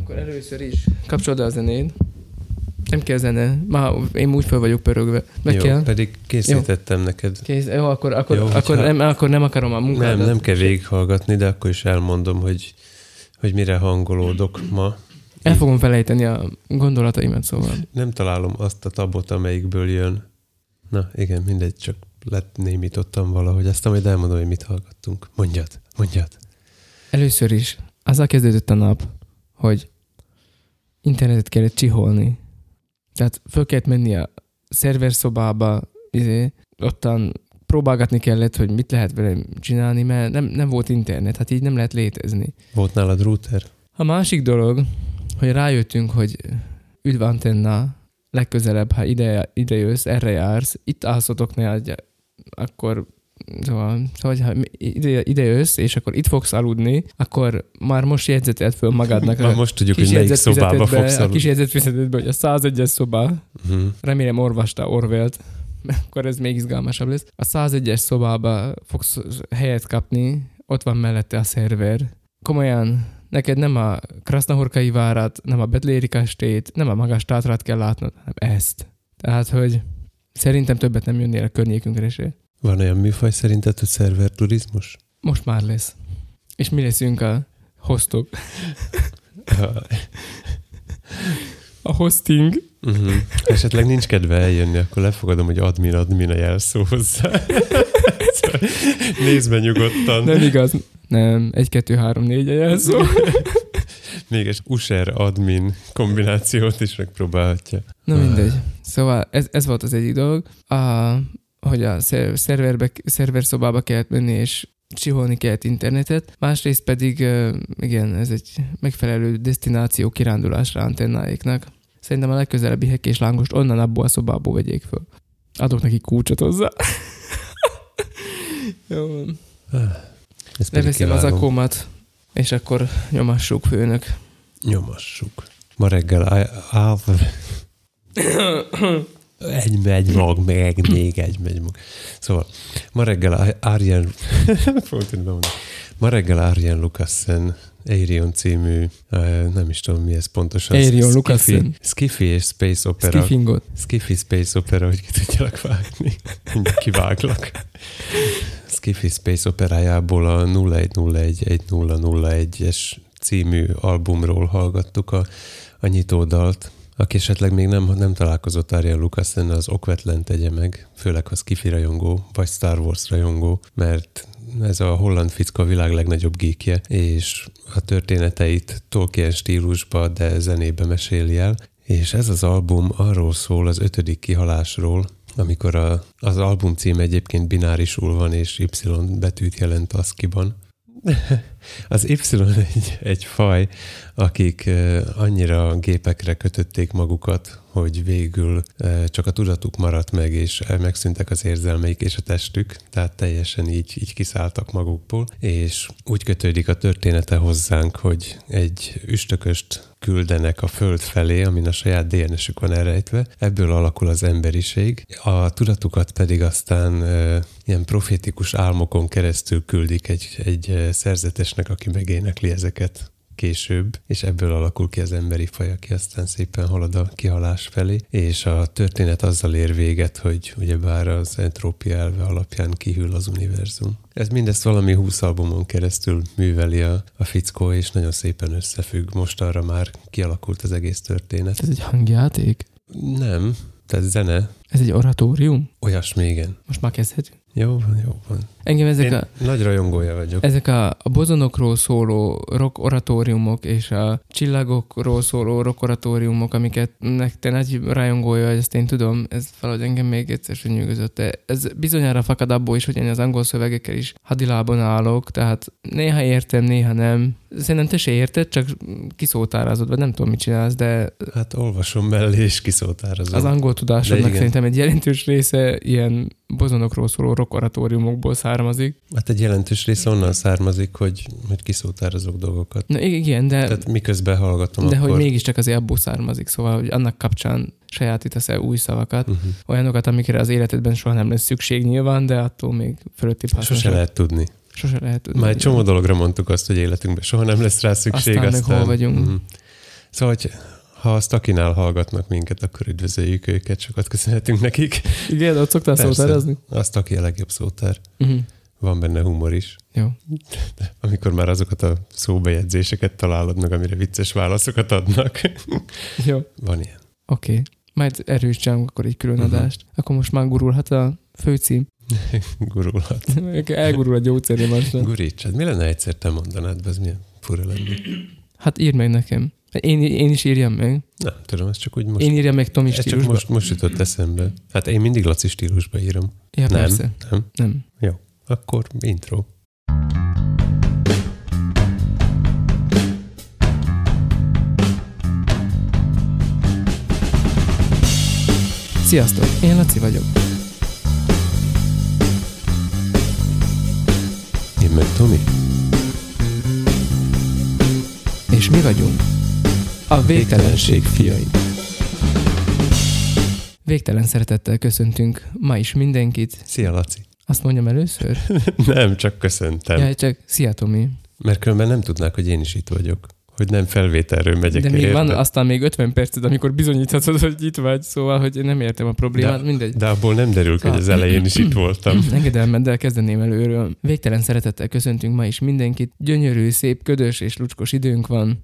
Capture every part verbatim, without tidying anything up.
Akkor először is kapcsolod a zenét. Nem kell zene. Már én úgy fel vagyok pörögve. Meg Jó, kell. pedig készítettem Jó. neked. Kész. Jó, akkor, akkor, Jó, akkor, hogyha... nem, akkor nem akarom a munkádat. Nem, nem kell végighallgatni, de akkor is elmondom, hogy, hogy mire hangolódok ma. El fogom felejteni a gondolataimat, szóval. Nem találom azt a tabot, amelyikből jön. Na, igen, mindegy, csak letnémítottam valahogy. Aztán majd elmondom, hogy mit hallgattunk. Mondjad, mondjad. Először is azzal kezdődött a nap, hogy internetet kellett csiholni. Tehát föl kellett menni a szerverszobába, izé, ottan próbálgatni kellett, hogy mit lehet vele csinálni, mert nem, nem volt internet, hát így nem lehet létezni. Volt nálad router? A másik dolog, hogy rájöttünk, hogy üdv antenna, legközelebb, ha ide, ide jössz, erre jársz, itt állszotoknál, akkor szóval, szóval ha ide, ide jössz, és akkor itt fogsz aludni, akkor már most jegyzeted föl magadnak. Már most tudjuk, hogy melyik szobába fogsz aludni. A kis jegyzetfizetedbe, hogy a százegyes szobá, uh-huh. Remélem olvasta Orwellt, akkor ez még izgalmasabb lesz. A százegyes szobába fogsz helyet kapni, ott van mellette a szerver. Komolyan, neked nem a Krasznahorkai várat, nem a Betléri kastélyt, nem a magas Tátrat kell látnod, hanem ezt. Tehát, hogy szerintem többet nem jönnél a környékünkre se. Van olyan műfaj szerinted, hogy szerverturizmus? Most már lesz. És mi leszünk a hostok? A hosting. Uh-huh. Esetleg nincs kedve eljönni, akkor lefogadom, hogy admin, admin a jelszó hozzá. Nézd be nyugodtan. Nem igaz. Nem, egy, kettő, három, négy a jelszó. Még egy user admin kombinációt is megpróbálhatja. Na mindegy. Szóval ez, ez volt az egyik dolog, a, hogy a szerverbe, szerverszobába kellett menni, és csiholni kellett internetet. Másrészt pedig, igen, ez egy megfelelő desztináció kirándulásra antennáiknak. Szerintem a legközelebbi hekk és lángost onnan abból a szobából vegyék föl. Adok neki kulcsot hozzá. Jó. Leveszem az akómat, és akkor nyomassuk, főnök. Nyomassuk. Ma reggel á... Egy megy mag, meg még egy megy mag. Szóval ma reggel Arjen... ma reggel Arjen Lucassen Aerion című, nem is tudom mi ez pontosan. Aerion Lucassen. Skiffy és Space Opera. Skiffingot. Skiffy Space Opera, hogy ki tudjalak vágni. Mindjárt kiváglak. Skiffy Space Operájából a nulla egy nulla egy egy nulla nulla egyes című albumról hallgattuk a, a nyitódalt. Aki esetleg még nem, nem találkozott Arjen Lucassennel, az okvetlen tegye meg, főleg ha Skiffy rajongó, vagy Star Wars rajongó, mert ez a holland fickó a világ legnagyobb geekje, és a történeteit Tolkien stílusba, de zenébe meséli el. És ez az album arról szól, az ötödik kihalásról, amikor a, az album cím egyébként binárisul van, és Y betűt jelent ASCII-ban. Az Y egy, egy faj, akik annyira gépekre kötötték magukat, hogy végül csak a tudatuk maradt meg, és megszűntek az érzelmeik és a testük, tehát teljesen így, így kiszálltak magukból, és úgy kötődik a története hozzánk, hogy egy üstököst küldenek a Föld felé, amin a saját dé en esük van elrejtve, ebből alakul az emberiség, a tudatukat pedig aztán e, ilyen profétikus álmokon keresztül küldik egy, egy szerzetesnek, aki megénekli ezeket később, és ebből alakul ki az emberi faj, aki aztán szépen halad a kihalás felé, és a történet azzal ér véget, hogy ugyebár az entrópia elve alapján kihűl az univerzum. Ez mindezt valami húsz albumon keresztül műveli a, a fickó, és nagyon szépen összefügg. Most arra már kialakult az egész történet. Ez egy hangjáték? Nem, tehát zene. Ez egy oratórium? Olyasmi, igen. Most már kezdhetünk? Jó van, jó van. Engem ezek Én a... nagy rajongója vagyok. Ezek a, a bozonokról szóló rock oratóriumok és a csillagokról szóló rock oratóriumok, amiket te nagy rajongója vagy, ezt én tudom, ez valahogy engem még egyszer sem nyűgözött. De ez bizonyára fakad abból is, hogy én az angol szövegekkel is hadilában állok, tehát néha értem, néha nem. Szerintem te se érted, csak kiszótárázod, vagy nem tudom, mit csinálsz, de... Hát olvasom mellé, és kiszótározom. Az angol tudásodnak szerintem egy jelentős része ilyen bozonokról szóló rock oratóriumokból származik. Hát egy jelentős része onnan származik, hogy, hogy kiszótározok dolgokat. Na igen, de... Tehát miközben hallgatom, de akkor... hogy mégiscsak azért abból származik, szóval, hogy annak kapcsán sajátítasz-e új szavakat, uh-huh. olyanokat, amikre az életedben soha nem lesz szükség nyilván, de attól még fölöttibb hasznosak. Sose lehet tudni. Sose lehet tudni. Már egy csomó dologra mondtuk azt, hogy életünkben soha nem lesz rá szükség. Aztán, aztán meg hol vagyunk. Uh-huh. Szóval, hogy ha a Stakinál hallgatnak minket, akkor üdvözöljük őket, sokat köszönhetünk nekik. Igen, ott szoktál szótárezni? A Staki a legjobb szótár. Uh-huh. Van benne humor is. Jó. De amikor már azokat a szóbejegyzéseket találod meg, amire vicces válaszokat adnak. Jó. Van ilyen. Oké. Okay. Majd erősítsünk akkor egy külön adást. Uh-huh. Akkor most már gurulhat a főcím. Gurulhat. Elgurul a gyógyszeré most. Gurítsad. Mi lenne egyszer te mondanád, ez milyen fura lenne? Hát írd meg nekem. Én, én is írjam meg. Nem tudom, ez csak úgy most... Én írjam meg Tomi stílusba. Csak most, most jutott eszembe. Hát én mindig Laci stílusba írom. Ja, nem, persze. Nem? Nem. Jó. Akkor intro. Sziasztok, én Laci vagyok. Én meg Tomi. És mi vagyunk a végtelenség fiai. Végtelen szeretettel köszöntünk ma is mindenkit. Szia, Laci. Azt mondjam először? Nem, csak köszöntem. Ja, csak szia, Tomi. Mert különben nem tudnák, hogy én is itt vagyok. Hogy nem felvételről megyek. De még érted? van aztán még ötven perced, amikor bizonyíthatod, hogy itt vagy, szóval, hogy én nem értem a problémát, de, mindegy. De abból nem derül, szóval... hogy az elején is itt voltam. Engedelmeddel kezdeném előről. Végtelen szeretettel köszöntünk ma is mindenkit. Gyönyörű, szép, ködös és lucskos időnk van.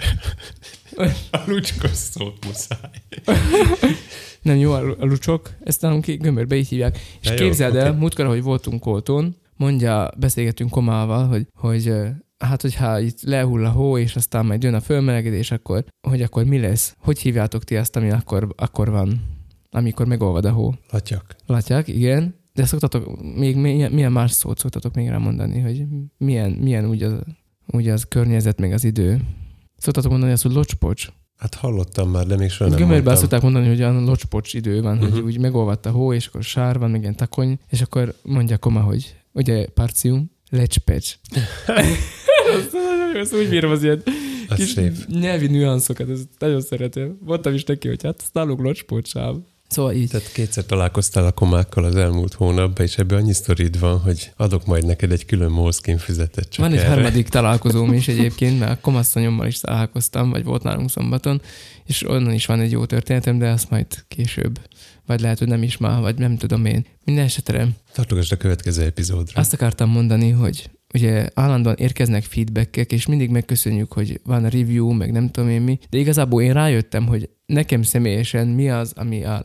A lucskos szót muszáj. Nem jó a lucsok, ezt nálunk gömbörbe így hívják. És jó, képzeld el, okay. múltkor, hogy voltunk Kolton, mondja, beszélgettünk Komával, hogy, hogy hát, hogyha itt lehull a hó, és aztán majd jön a fölmelegedés, akkor, hogy akkor mi lesz? Hogy hívjátok ti azt, ami akkor, akkor van, amikor megolvad a hó? Latyak. Latyak, igen. De szoktatok, még milyen, milyen más szót szoktatok még rámondani, hogy milyen, milyen úgy, az, úgy az környezet, meg az idő. Szoktatok mondani azt, hogy locspocs? Hát hallottam már, de még soha nem Gömörben mondtam. azt szokták mondani, hogy olyan locspocs idő van, uh-huh. hogy úgy megolvadt a hó, és akkor sár van, meg ilyen takony, és akkor mondja Koma, hogy ugye parcium, lecspecs. Ezt úgy bírom az ilyen az kis szép. nyelvi nüanszokat, ezt nagyon szeretem. Mondtam is neki, hogy hát azt nálunk locspocsám. Szóval így. Tehát kétszer találkoztál a komákkal az elmúlt hónapban, és ebből annyi sztorid van, hogy adok majd neked egy külön Moleskine füzetet csak Van egy erre. harmadik találkozóm is egyébként, mert a komasszonyommal is találkoztam, vagy volt nálunk szombaton, és onnan is van egy jó történetem, de azt majd később. Vagy lehet, hogy nem is már, vagy nem tudom én. Minden esetre. Tartogasd a következő epizódra. Azt akartam mondani, hogy ugye állandóan érkeznek feedbackek, és mindig megköszönjük, hogy van a review, meg nem tudom én mi, de igazából én rájöttem, hogy nekem személyesen mi az, ami a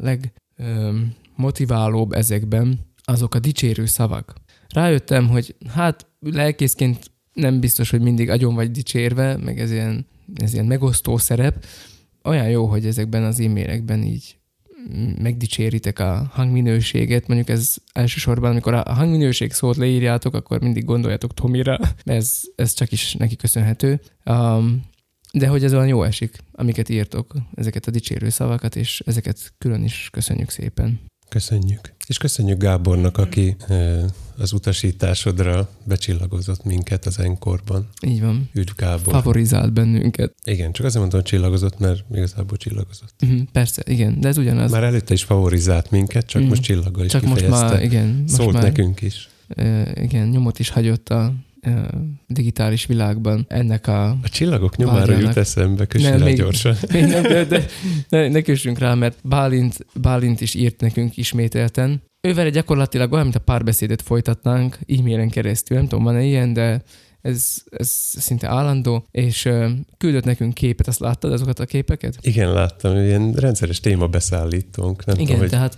legmotiválóbb ezekben, azok a dicsérő szavak. Rájöttem, hogy hát lelkészként nem biztos, hogy mindig agyon vagy dicsérve, meg ez ilyen, ez ilyen megosztó szerep. Olyan jó, hogy ezekben az e-mailekben így megdicséritek a hangminőséget. Mondjuk ez elsősorban, amikor a hangminőség szót leírjátok, akkor mindig gondoljatok Tomira, ez, ez csak is neki köszönhető. Um, de hogy ez olyan jó esik, amiket írtok, ezeket a dicsérő szavakat, és ezeket külön is köszönjük szépen. Köszönjük. És köszönjük Gábornak, aki az utasításodra becsillagozott minket az Enkorban. Így van. Üdv Gábor. Favorizált bennünket. Igen, csak azért mondtam, hogy csillagozott, mert igazából csillagozott. Uh-huh, persze, igen, de ez ugyanaz. Már előtte is favorizált minket, csak uh-huh. most csillaggal is csak kifejezte. Most már, igen. Most Szólt már, nekünk is. Uh, igen, nyomot is hagyott a uh, digitális világban ennek a... A csillagok nyomára vágyának. jut eszembe, kössön rá még, gyorsan. Még nem, de, de ne, ne kössünk rá, mert Bálint, Bálint is írt nekünk ismételten. Ővele gyakorlatilag olyan, mint a párbeszédet folytatnánk e-mailen keresztül. Nem tudom, van-e ilyen, de ez, ez szinte állandó, és uh, küldött nekünk képet. Azt láttad, azokat a képeket? Igen, láttam, ilyen rendszeres témabeszállítónk. Nem Igen, tudom, hogy... tehát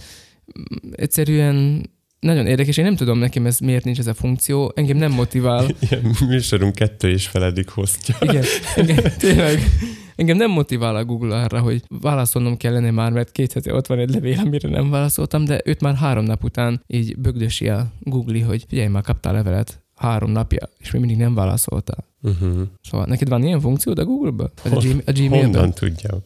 egyszerűen nagyon érdekes. Én nem tudom nekem, ez miért nincs ez a funkció. Engem nem motivál. Ilyen műsorunk kettő és feledik hoztja. Igen, engem, tényleg. Engem nem motivál a Google arra, hogy válaszolnom kellene már, mert két hete ott van egy levél, amire nem válaszoltam, de őt már három nap után így bögdösi a Google, hogy figyelj, már kaptál levelet három napja, és még mindig nem válaszoltál. Uh-huh. Szóval neked van ilyen funkciód a Google-ba? A, G- a Gmail-ben? Honnan tudjam?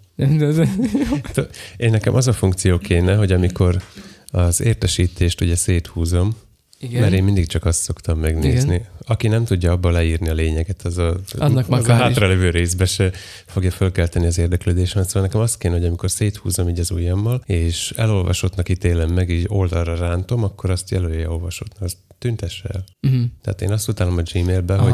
Én nekem az a funkció kéne, hogy amikor az értesítést ugye széthúzom, igen. Mert én mindig csak azt szoktam megnézni. Igen. Aki nem tudja abba leírni a lényeget, az a, az a hátralevő részbe se fogja fölkelteni az érdeklődésemet. Szóval nekem azt kéne, hogy amikor széthúzom így az ujjammal, és elolvasottnak ítélem meg, így oldalra rántom, akkor azt jelölje olvasottnak. Azt tüntesse el. Uh-huh. Tehát én azt utálom a Gmailben, aha. hogy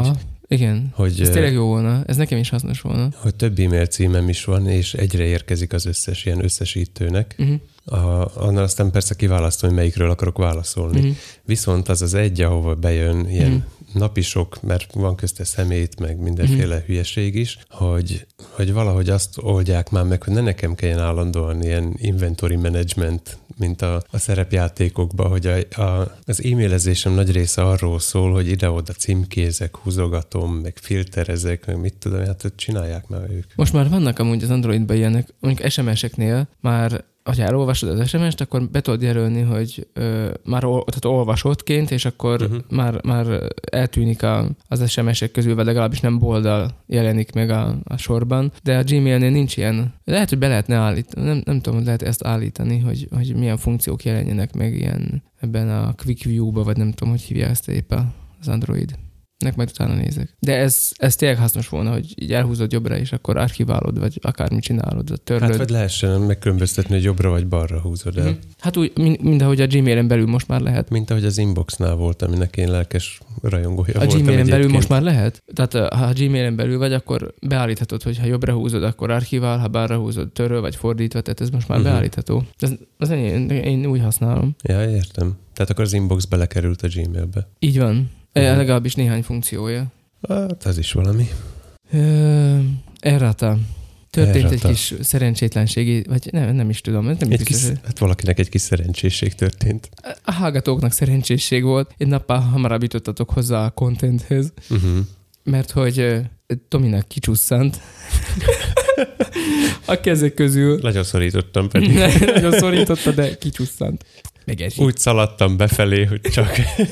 Igen, hogy, ez tényleg jó volna, ez nekem is hasznos volna. Hogy több e-mail címem is van, és egyre érkezik az összes ilyen összesítőnek. Uh-huh. A, annál aztán persze kiválasztom, hogy melyikről akarok válaszolni. Uh-huh. Viszont az az egy, ahova bejön ilyen uh-huh. napi sok, mert van közte szemét, meg mindenféle uh-huh. hülyeség is, hogy, hogy valahogy azt oldják már meg, hogy ne nekem kelljen állandóan ilyen inventory management, mint a, a szerepjátékokban, hogy a, a, az e-mailezésem nagy része arról szól, hogy ide-oda címkézek, húzogatom, meg filterezek, meg mit tudom, hát csinálják már ők. Most már vannak amúgy az Androidban ilyenek, mondjuk es em es-eknél már, ha elolvasod az es em es-t, akkor be tudod jelölni, hogy ö, már ol, tehát olvasottként, és akkor uh-huh. már, már eltűnik a, az es em es-ek közül, vagy legalábbis nem boldal jelenik meg a, a sorban. De a Gmailnél nincs ilyen. Lehet, hogy be lehetne állítani. Nem, nem tudom, hogy lehet ezt állítani, hogy, hogy milyen funkciók jelenjenek meg ilyen ebben a Quick View-ba, vagy nem tudom, hogy hívja ezt éppen az Android. Nek majd utána nézek. De ez, ez tényleg hasznos volna, hogy így elhúzod jobbra, és akkor archiválod, vagy akármit csinálod, vagy törlöd. Hát vagy lehessen megkülönböztetni, hogy jobbra vagy balra húzod el. Mm-hmm. Hát úgy, mint, mint ahogy a Gmailen belül most már lehet. Mint ahogy az Inboxnál volt, aminek én lelkes rajongója a voltam. A Gmailen egyébként. belül most már lehet? Tehát ha a Gmailen belül vagy, akkor beállíthatod, hogy ha jobbra húzod, akkor archivál, ha balra húzod, töröl, vagy fordítva, tehát ez most már mm-hmm. beállítható. Ez, az én, én úgy használom. Ja, értem. Tehát akkor az Inbox belekerült a Gmailbe. Így van. Uh-huh. Legalábbis néhány funkciója. Hát ez is valami. Uh, Errata. Történt Errata. Egy kis szerencsétlenség, vagy nem, nem is tudom. Nem egy kis, hát valakinek egy kis szerencsésség történt. A hallgatóknak szerencsésség volt. Egy nappal hamarabb jutottatok hozzá a contenthez, uh-huh. mert hogy uh, Tominak kicsusszant a kezek közül. Nagyon szorítottam pedig. Nagyon szorította, de kicsusszant. Megesik. Úgy szaladtam befelé, hogy csak...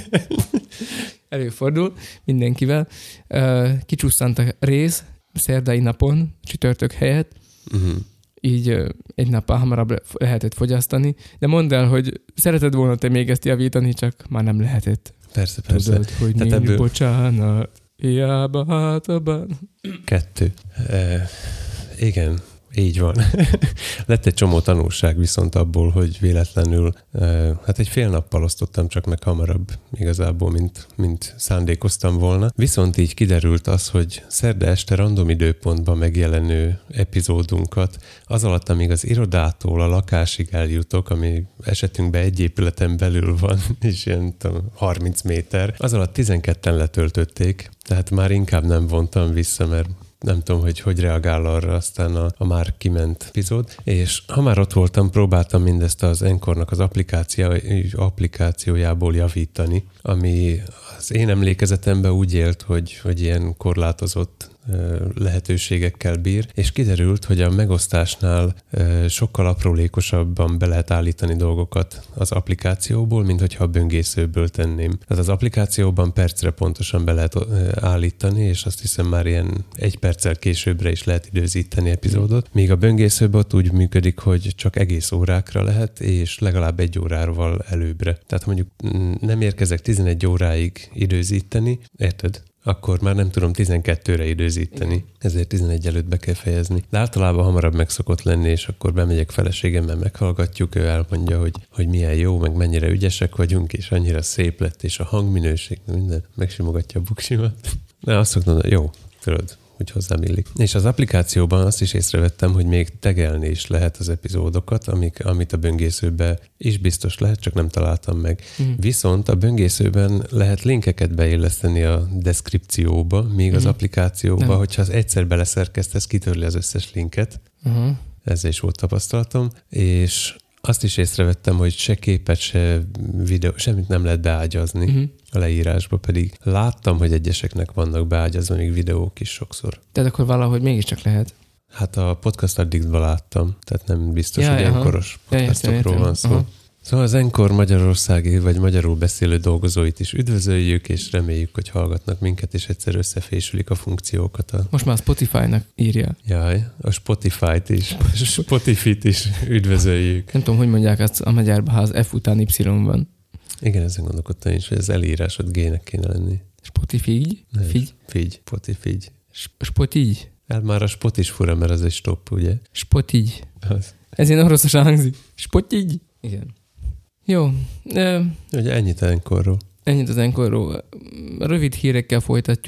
Előfordul mindenkivel. Kicsusszant a rész szerdai napon, csütörtök helyett. Uh-huh. Így egy nappal hamarabb lehetett fogyasztani. De mondd el, hogy szereted volna te még ezt javítani, csak már nem lehetett. Persze, persze. Tudod, hogy nincs ebből... bocsánat, hiába hátában. Kettő. E, igen. Így van. Lett egy csomó tanulság viszont abból, hogy véletlenül, hát egy fél nappal osztottam csak meg hamarabb igazából, mint, mint szándékoztam volna. Viszont így kiderült az, hogy szerda este random időpontban megjelenő epizódunkat az alatt, amíg az irodától a lakásig eljutok, ami esetünkben egy épületen belül van, és ilyen tudom, harminc méter, az alatt tizenketten letöltötték, tehát már inkább nem vontam vissza, mert nem tudom, hogy hogy reagál arra aztán a, a már kiment epizód. És ha már ott voltam, próbáltam mindezt az Anchornak az applikáció, applikációjából javítani, ami az én emlékezetemben úgy élt, hogy, hogy ilyen korlátozott lehetőségekkel bír, és kiderült, hogy a megosztásnál sokkal aprólékosabban be lehet állítani dolgokat az applikációból, mint hogyha a böngészőből tenném. Tehát az applikációban percre pontosan be lehet állítani, és azt hiszem már ilyen egy perccel későbbre is lehet időzíteni epizódot, míg a böngészőben ott úgy működik, hogy csak egész órákra lehet, és legalább egy órával előbbre. Tehát mondjuk nem érkezek tizenegy óráig időzíteni, érted? Akkor már nem tudom tizenkettőre időzíteni, ezért tizenegy előtt be kell fejezni. De általában hamarabb meg szokott lenni, és akkor bemegyek feleségemmel, meghallgatjuk, ő elmondja, hogy, hogy milyen jó, meg mennyire ügyesek vagyunk, és annyira szép lett, és a hangminőség, minden, megsimogatja a buksimat. De azt szoktam mondani, jó, tudod, hogy hozzám illik. És az applikációban azt is észrevettem, hogy még tegelni is lehet az epizódokat, amik, amit a böngészőben is biztos lehet, csak nem találtam meg. Mm. Viszont a böngészőben lehet linkeket beilleszteni a deskripcióba, míg mm. az applikációba, nem. Hogyha az egyszer beleszerkesztesz, kitörli az összes linket. Uh-huh. Ezzel is volt tapasztalatom. És azt is észrevettem, hogy se képet, se videó, semmit nem lehet beágyazni. Uh-huh. A leírásba, pedig láttam, hogy egyeseknek vannak beágyazva még videók is sokszor. Tehát akkor valahogy mégiscsak lehet. Hát a Podcast Addictban láttam, tehát nem biztos, ja, hogy ilyen koros podcastokról ja, van szó. Aha. Szóval az Anchor magyarországi vagy magyarul beszélő dolgozóit is üdvözöljük, és reméljük, hogy hallgatnak minket, és egyszer összefésülik a funkciókat. A... Most már Spotify-nak írja. Jaj, a Spotify-t is, a Spotify-t is üdvözöljük. Nem tudom, hogy mondják ezt a magyarban, ha az F után Y van. Igen, ezen gondolkodtam is, hogy az elírásod G-nek kéne lenni. Spotify? Figy? Figy, Spotify. Spotify. Hát már a spot is fura, mert az egy stop, ugye? Spotify. Az. Ez ilyen oroszosan hangzik. Spotify. Igen. Jó. Ugye ennyit az Anchorról. Ennyit az Anchorról. Rövid hírekkel folytatjuk,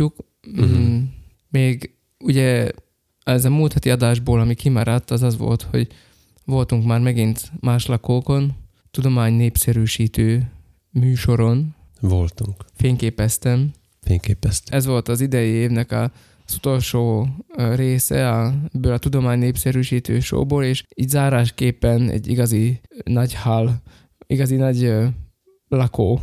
uh-huh. még ugye ez a múlt heti adásból, ami kimaradt, az az volt, hogy voltunk már megint más lakókon, tudomány népszerűsítő műsoron. Voltunk. Fényképeztem. Fényképeztem. Ez volt az idei évnek a, az utolsó része a, ebből a tudomány népszerűsítő showból, és így zárásképpen egy igazi nagy hal, igazi nagy uh, lakó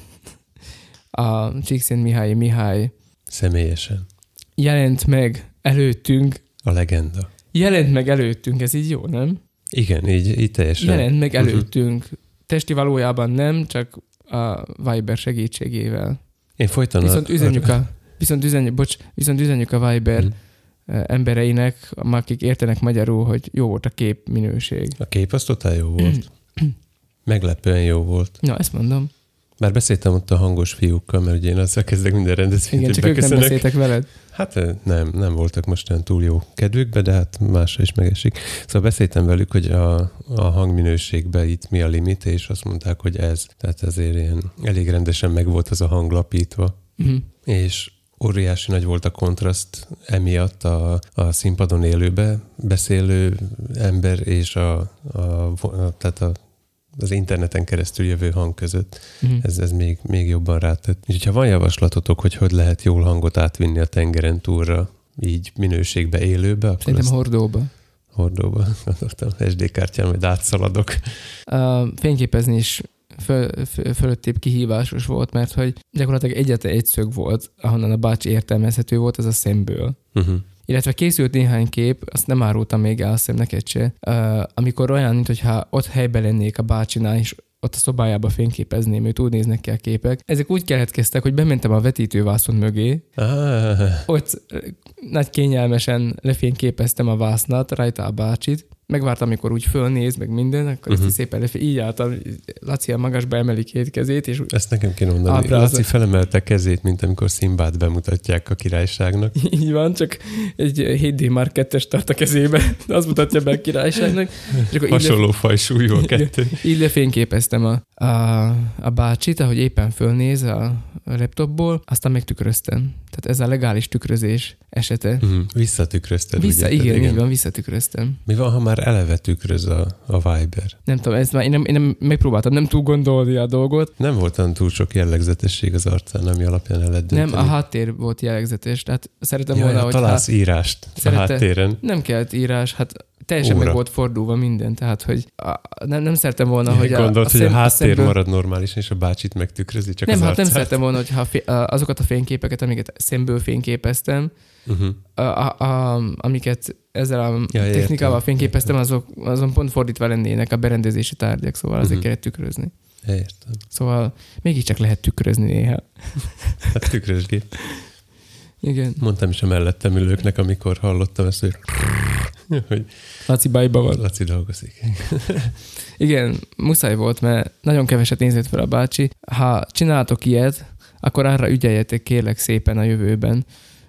a Csíkszent Mihály Mihály személyesen jelent meg előttünk. A legenda. Jelent meg előttünk, ez így jó, nem? Igen, így, így teljesen. Jelent meg előttünk. Uh-huh. Testi valójában nem, csak a Viber segítségével. Én folyton Viszont a... üzenjük a, viszont üzenjük, bocs, viszont üzenjük a Viber uh-huh. embereinek, akik értenek magyarul, hogy jó volt a kép minőség. A kép az totál jó volt. Meglepően jó volt. Na, ezt mondom. Már beszéltem ott a hangos fiúkkal, mert ugye én azzal kezdek minden rendezvényt. Igen, csak ők nem beszéltek veled. Hát nem, nem voltak most olyan túl jó kedvükbe, de hát másra is megesik. Szóval beszéltem velük, hogy a, a hangminőségben itt mi a limit, és azt mondták, hogy ez. Tehát ezért ilyen elég rendesen meg volt az a hang lapítva. Uh-huh. És óriási nagy volt a kontraszt emiatt a, a színpadon élőbe beszélő ember és a, a, a, tehát a az interneten keresztül jövő hang között. Uh-huh. Ez, ez még, még jobban rátett. És ha van javaslatotok, hogy hogy lehet jól hangot átvinni a tengeren túlra, így minőségbe, élőbe, akkor szerintem azt... hordóba. Hordóba. Gondoltam, es dé kártyán majd átszaladok. Uh, fényképezni is föl, föl, fölöttébb kihívásos volt, mert hogy gyakorlatilag egyetlen egy szög volt, ahonnan a bácsi értelmezhető volt, az a szemből. Uh-huh. Illetve készült néhány kép, azt nem árultam még el, azt hiszem neked se, uh, amikor olyan, mintha ott helyben lennék a bácsinál, és ott a szobájába fényképezném, őt úgy néznek ki a képek. Ezek úgy keletkeztek, hogy bementem a vetítővászon mögé, ah. ott nagy kényelmesen lefényképeztem a vásznat, rajta a bácsit, megvártam, amikor úgy fölnéz, meg minden, akkor uh-huh. ezt szépen lefé... így álltam, Laci a magasba emeli két kezét, és... Ezt nekem kéne mondani. Laci felemelte kezét, mint amikor Szimbát bemutatják a királyságnak. Így van, csak egy hét dé Mark kettes tart a kezébe, azt mutatja be a királyságnak. Hasonló lef... faj súlyú a kettő. Így lefényképeztem a, a, a bácsit, ahogy éppen fölnéz a laptopból, aztán megtükröztem. Tehát ez a legális tükrözés esete. Mm, visszatükrözted. Vissza, ugye? Igen, igen, így van, visszatükröztem. Mi van, ha már eleve tükröz a, a Viber? Nem tudom, ezt már én nem, én nem megpróbáltam nem túl gondolni a dolgot. Nem volt túl sok jellegzetesség az arcán, ami alapján el lehet dönteni. Nem, a háttér volt jellegzetes, tehát szeretem Jaj, volna, hogy... találsz hát, írást szerette, a háttéren. Nem kellett írás, hát teljesen Óra. meg volt fordulva minden, tehát hogy a, nem, nem szeretem volna, Én hogy gondolt, a, a, hogy szem, a háttér a szemből... marad normális, és a bácsit megtükrözi, csak nem, az hát arcát. Nem szeretem volna, hogyha azokat a fényképeket, amiket szemből fényképeztem, uh-huh. a, a, a, amiket ezzel a ja, technikával értem, fényképeztem, azok, azon pont fordítva lennének a berendezési tárgyak, szóval uh-huh. azért kellett tükrözni. Értem. Szóval mégiscsak lehet tükrözni néha. Hát tükrözgép. Igen. Mondtam is a mellettem ülőknek, amikor hallottam ezt, hogy... hogy Laci bajba van. Laci dolgozik. Igen, muszáj volt, mert nagyon keveset nézett fel a bácsi. Ha csináltok ilyet, akkor arra ügyeljetek kérlek szépen a jövőben.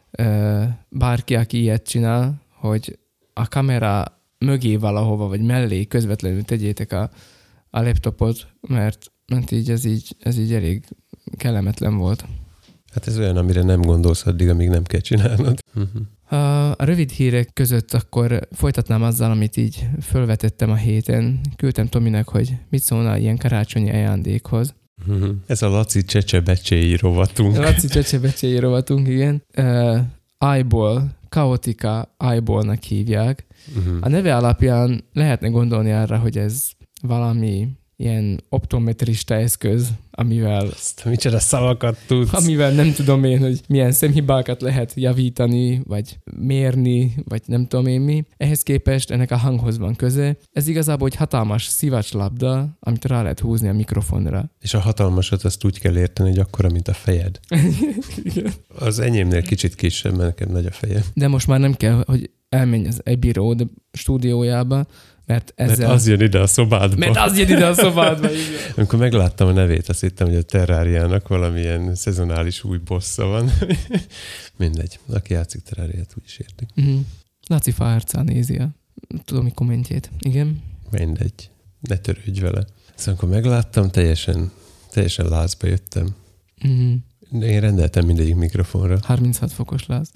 Bárki, aki ilyet csinál, hogy a kamera mögé valahova, vagy mellé közvetlenül tegyétek a, a laptopot, mert, mert így ez így, ez így elég kellemetlen volt. Hát ez olyan, amire nem gondolsz addig, amíg nem kell csinálnod. A, a rövid hírek között akkor folytatnám azzal, amit így fölvetettem a héten. Küldtem Tominek, hogy mit szólna ilyen karácsonyi ajándékhoz. Ez a Laci Csecsebecséi rovatunk. A Laci Csecsebecséi rovatunk, igen. Uh, Eyeball, Chaotica Eyeballnak hívják. Uh-huh. A neve alapján lehetne gondolni arra, hogy ez valami ilyen optometrista eszköz, amivel... Azt, micsoda szavakat tudsz. Amivel nem tudom én, hogy milyen szemhibákat lehet javítani, vagy mérni, vagy nem tudom én mi. Ehhez képest ennek a hanghoz van köze. Ez igazából egy hatalmas szivacslabda, amit rá lehet húzni a mikrofonra. És a hatalmasat azt úgy kell érteni, hogy akkora, mint a fejed. Igen. Az enyémnél kicsit kisebb, mert nekem nagy a fejem. De most már nem kell, hogy elmenj az Abbey Road stúdiójába, Mert, ezzel... mert az jön ide a szobádba. Mert az jön ide a szobádba, igen. Amikor megláttam a nevét, azt hittem, hogy a Terráriának valamilyen szezonális új bossza van. Mindegy. Aki játszik Terráriát, úgy is értik. Uh-huh. Laci Fárcán nézi a tudom, mi kommentjét. Igen. Mindegy. Ne törődj vele. Szóval amikor megláttam, teljesen, teljesen lázba jöttem. Uh-huh. Én rendeltem mindegyik mikrofonra. harminchat fokos láz.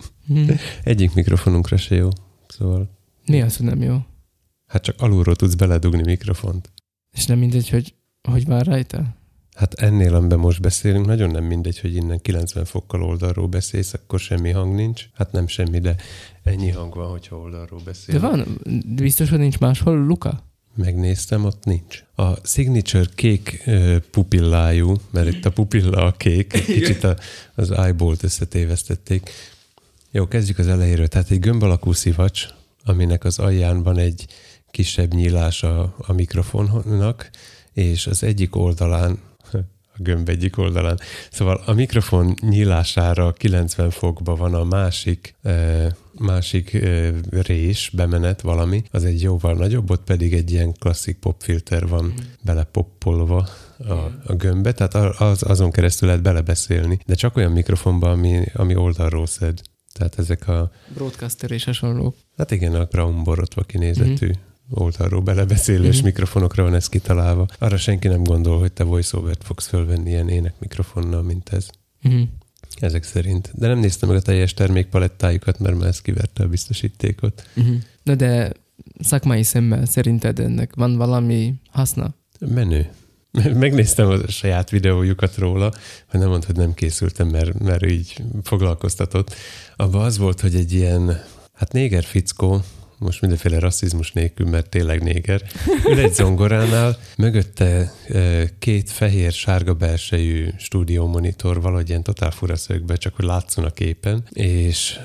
Egyik mikrofonunkra se jó. Szóval... Mi az, hogy nem jó? Hát csak alulról tudsz beledugni mikrofont. És nem mindegy, hogy hogy vár rajta? Hát ennél, amiben most beszélünk, nagyon nem mindegy, hogy innen kilencven fokkal oldalról beszélsz, akkor semmi hang nincs. Hát nem semmi, de ennyi hang van, hogyha oldalról beszélünk. De van, biztos, hogy nincs máshol luka? Megnéztem, ott nincs. A Signature kék uh, pupillájú, mert itt a pupilla a kék, egy kicsit a, az eyeball-t összetévesztették. Jó, kezdjük az elejéről. Tehát egy gömb alakú szivacs, aminek az alján van egy kisebb nyílás a, a mikrofonnak, és az egyik oldalán, a gömb egyik oldalán, szóval a mikrofon nyílására kilencven fokban van a másik, eh, másik eh, rés, bemenet valami, az egy jóval nagyobb, ott pedig egy ilyen klasszik popfilter van belepoppolva a, a gömbbe, tehát az, azon keresztül lehet belebeszélni, de csak olyan mikrofonban, ami, ami oldalról szed. Tehát ezek a... Broadcaster és hasonló. Hát igen, a Crown borotva kinézetű mm-hmm. oldalról belebeszélős mm-hmm. mikrofonokra van ez kitalálva. Arra senki nem gondol, hogy te voice-overt fogsz fölvenni ilyen énekmikrofonnal, mint ez. Mm-hmm. Ezek szerint. De nem néztem meg a teljes termékpalettájukat, mert már ezt kiverte a biztosítékot. Mm-hmm. Na de szakmai szemmel szerinted ennek van valami haszna? Menő. Megnéztem a saját videójukat róla, hogy nem mondd, hogy nem készültem, mert, mert így foglalkoztatott. Abban az volt, hogy egy ilyen, hát néger fickó, most mindenféle rasszizmus nélkül, mert tényleg néger, ül egy zongoránál, mögötte két fehér, sárga belsejű stúdiómonitor, valahogy ilyen totál fura szögbe, csak hogy látszon a képen, és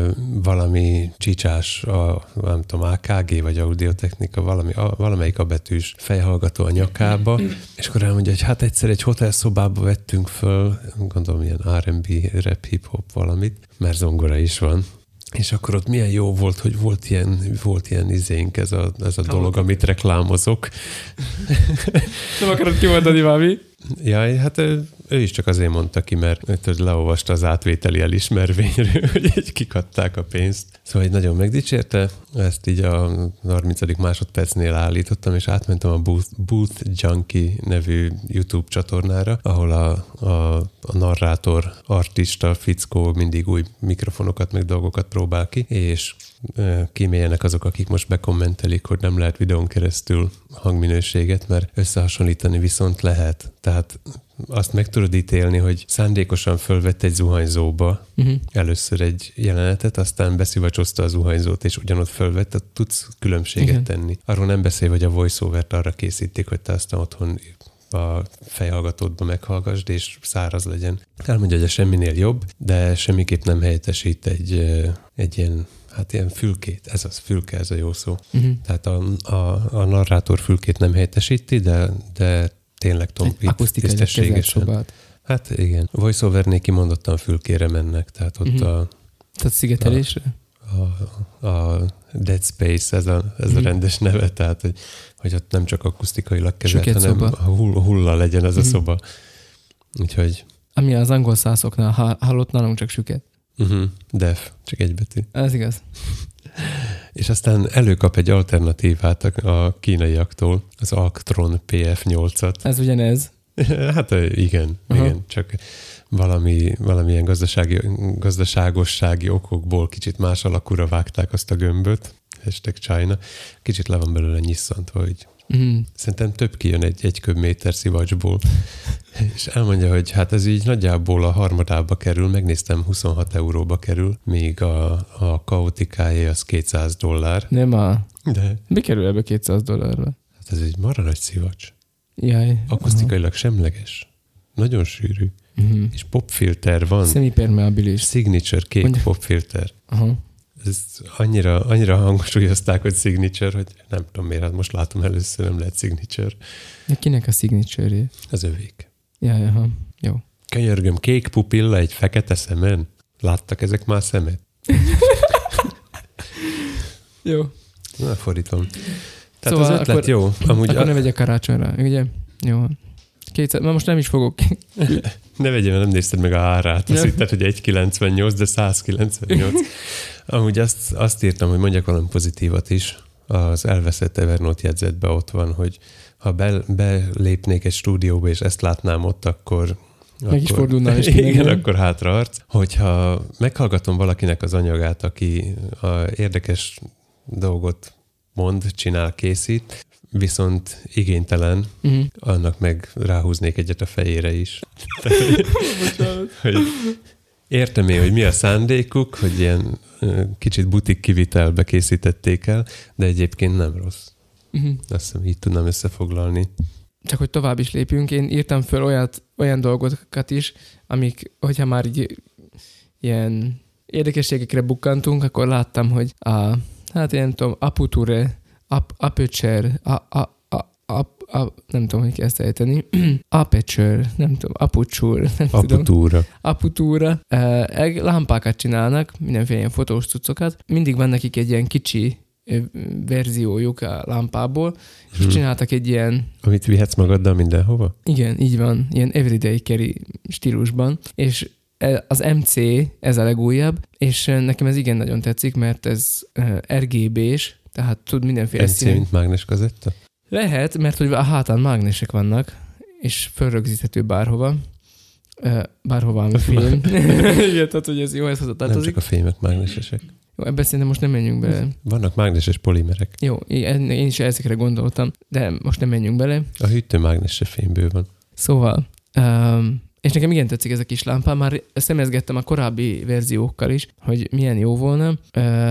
valami csicsás, a, nem tudom, á ká gé vagy Audiotechnica, valami, a, valamelyik abetűs fejhallgató a nyakába, és akkor elmondja, hogy hát egyszer egy hotelszobába vettünk föl, gondolom ilyen er and bé, rap, hip-hop valamit, mert zongora is van. És akkor ott milyen jó volt, hogy volt ilyen, volt ilyen izénk, ez a, ez a dolog, amit reklámozok. Nem akarod kimondani valami? Jaj, hát ő, ő is csak azért mondta ki, mert hogy leolvasta az átvételi elismervényről, hogy így kikadták a pénzt. Szóval egy nagyon megdicsérte, ezt így a harmincadik másodpercnél állítottam, és átmentem a Booth, Booth Junkie nevű YouTube csatornára, ahol a, a, a narrátor, artista, fickó mindig új mikrofonokat, meg dolgokat próbál ki, és kíméljenek azok, akik most bekommentelik, hogy nem lehet videón keresztül hangminőséget, mert összehasonlítani viszont lehet. Tehát azt meg tudod ítélni, hogy szándékosan fölvett egy zuhanyzóba uh-huh. először egy jelenetet, aztán beszivacsozta a zuhanyzót, és ugyanott fölvett, tudsz különbséget Igen. tenni. Arról nem beszél, hogy a voice-overt arra készítik, hogy te aztán otthon a fejhallgatódba meghallgasd, és száraz legyen. Elmondja, hogy a semminél jobb, de semmiképp nem helyettesít egy, egy ilyen hát ilyen fülkét, ez az, fülke, ez a jó szó. Uh-huh. Tehát a, a, a narrátor fülkét nem helyettesíti, de, de tényleg tompít, tisztességesen. Hát igen. Voice-overnél kimondottan fülkére mennek, tehát ott uh-huh. a... Tehát szigetelésre? A, a Dead Space, ez a, ez uh-huh. a rendes neve, tehát hogy, hogy ott nem csak akusztikailag kezelt, Süket hanem szoba. Hull, hulla legyen ez uh-huh. a szoba. Úgyhogy... Ami az angol szászoknál hallott, nálunk csak süket. Uh-huh. Def, csak egy betű. Ez igaz. És aztán előkap egy alternatívát a kínaiaktól, az Actron pé ef nyolcat. Ez ugyanez? Hát igen, uh-huh. igen, csak valami, valamilyen gazdasági, gazdaságossági okokból kicsit más alakúra vágták azt a gömböt, hashtag China. Kicsit le van belőle nyisszantva, hogy uh-huh. szerintem több kijön egy, egy köbméter szivacsból. És elmondja, hogy hát ez így nagyjából a harmadába kerül, megnéztem, huszonhat euróba kerül, míg a, a kaotikáé az kétszáz dollár. Nem a... De... Mi kerül ebbe kétszáz dollárba? Hát ez egy marha nagy szivacs. Jaj. Akusztikailag uh-huh. semleges. Nagyon sűrű. Uh-huh. És popfilter van. Semipermeabilis. Signature kék Mondja... popfilter. Uh-huh. Ez annyira, annyira hangsúlyozták, hogy signature, hogy nem tudom miért, hát most látom először, nem lehet signature. De kinek a signature-je? Az övék. Jaj, aha. Jó. Könyörgöm, kék pupilla egy fekete szemen? Láttak ezek már szemet? Jó. Na, fordítom. Tehát szóval az ötlet akkor, jó. Amúgy akkor a... ne vegyek karácsonyra, ugye? Jó. kétszáz, mert most nem is fogok. Ne vegyél, mert nem nézted meg a árát. Azt hitted, hogy egy kilencvennyolc, de száz kilencvennyolc. Amúgy azt, azt írtam, hogy mondjak valami pozitívat is. Az elveszett Evernote jegyzetben ott van, hogy ha be, belépnék egy stúdióba, és ezt látnám ott, akkor Meg is fordulnál is. Igen, akkor hátraarc. Hogyha meghallgatom valakinek az anyagát, aki a érdekes dolgot mond, csinál, készít, viszont igénytelen, uh-huh. annak meg ráhúznék egyet a fejére is. hogy értem én, hogy mi a szándékuk, hogy ilyen kicsit butik kivitelbe készítették el, de egyébként nem rossz. Uh-huh. Azt hiszem, így tudnám összefoglalni. Csak hogy tovább is lépjünk, én írtam föl olyat, olyan dolgokat is, amik, hogyha már így ilyen érdekességekre bukkantunk, akkor láttam, hogy a, hát én nem tudom, aputure, ap, aperture, a, a, a, a, a, nem tudom, hogy kell ezt ejteni, aperture, nem tudom, aputure, nem Aputúra. tudom. Aputúra. E, lámpákat csinálnak, mindenféle ilyen fotós cuccokat. Mindig van nekik egy ilyen kicsi verziójuk a lámpából, és hmm. csináltak egy ilyen... Amit vihetsz magaddal mindenhova? Igen, így van, ilyen everyday carry stílusban, és az em cé, ez a legújabb, és nekem ez igen nagyon tetszik, mert ez er gé bé-s, tehát tud mindenféle em cé, mint mágneskazetta? Lehet, mert hogy a hátán mágnesek vannak, és fölrögzíthető bárhova. Bárhova, ami fém. Igen, tehát, hogy ez jó, ez hozzá tartozik. Nem csak a fémek mágnesesek. Jó, ebben szerintem most nem menjünk bele. Vannak mágneses polimerek. Jó, én is ezekre gondoltam, de most nem menjünk bele. A hűtőmágnes se fémből van. Szóval, um, és nekem igen tetszik ez a kis lámpa, már szemezgettem a korábbi verziókkal is, hogy milyen jó volna, uh,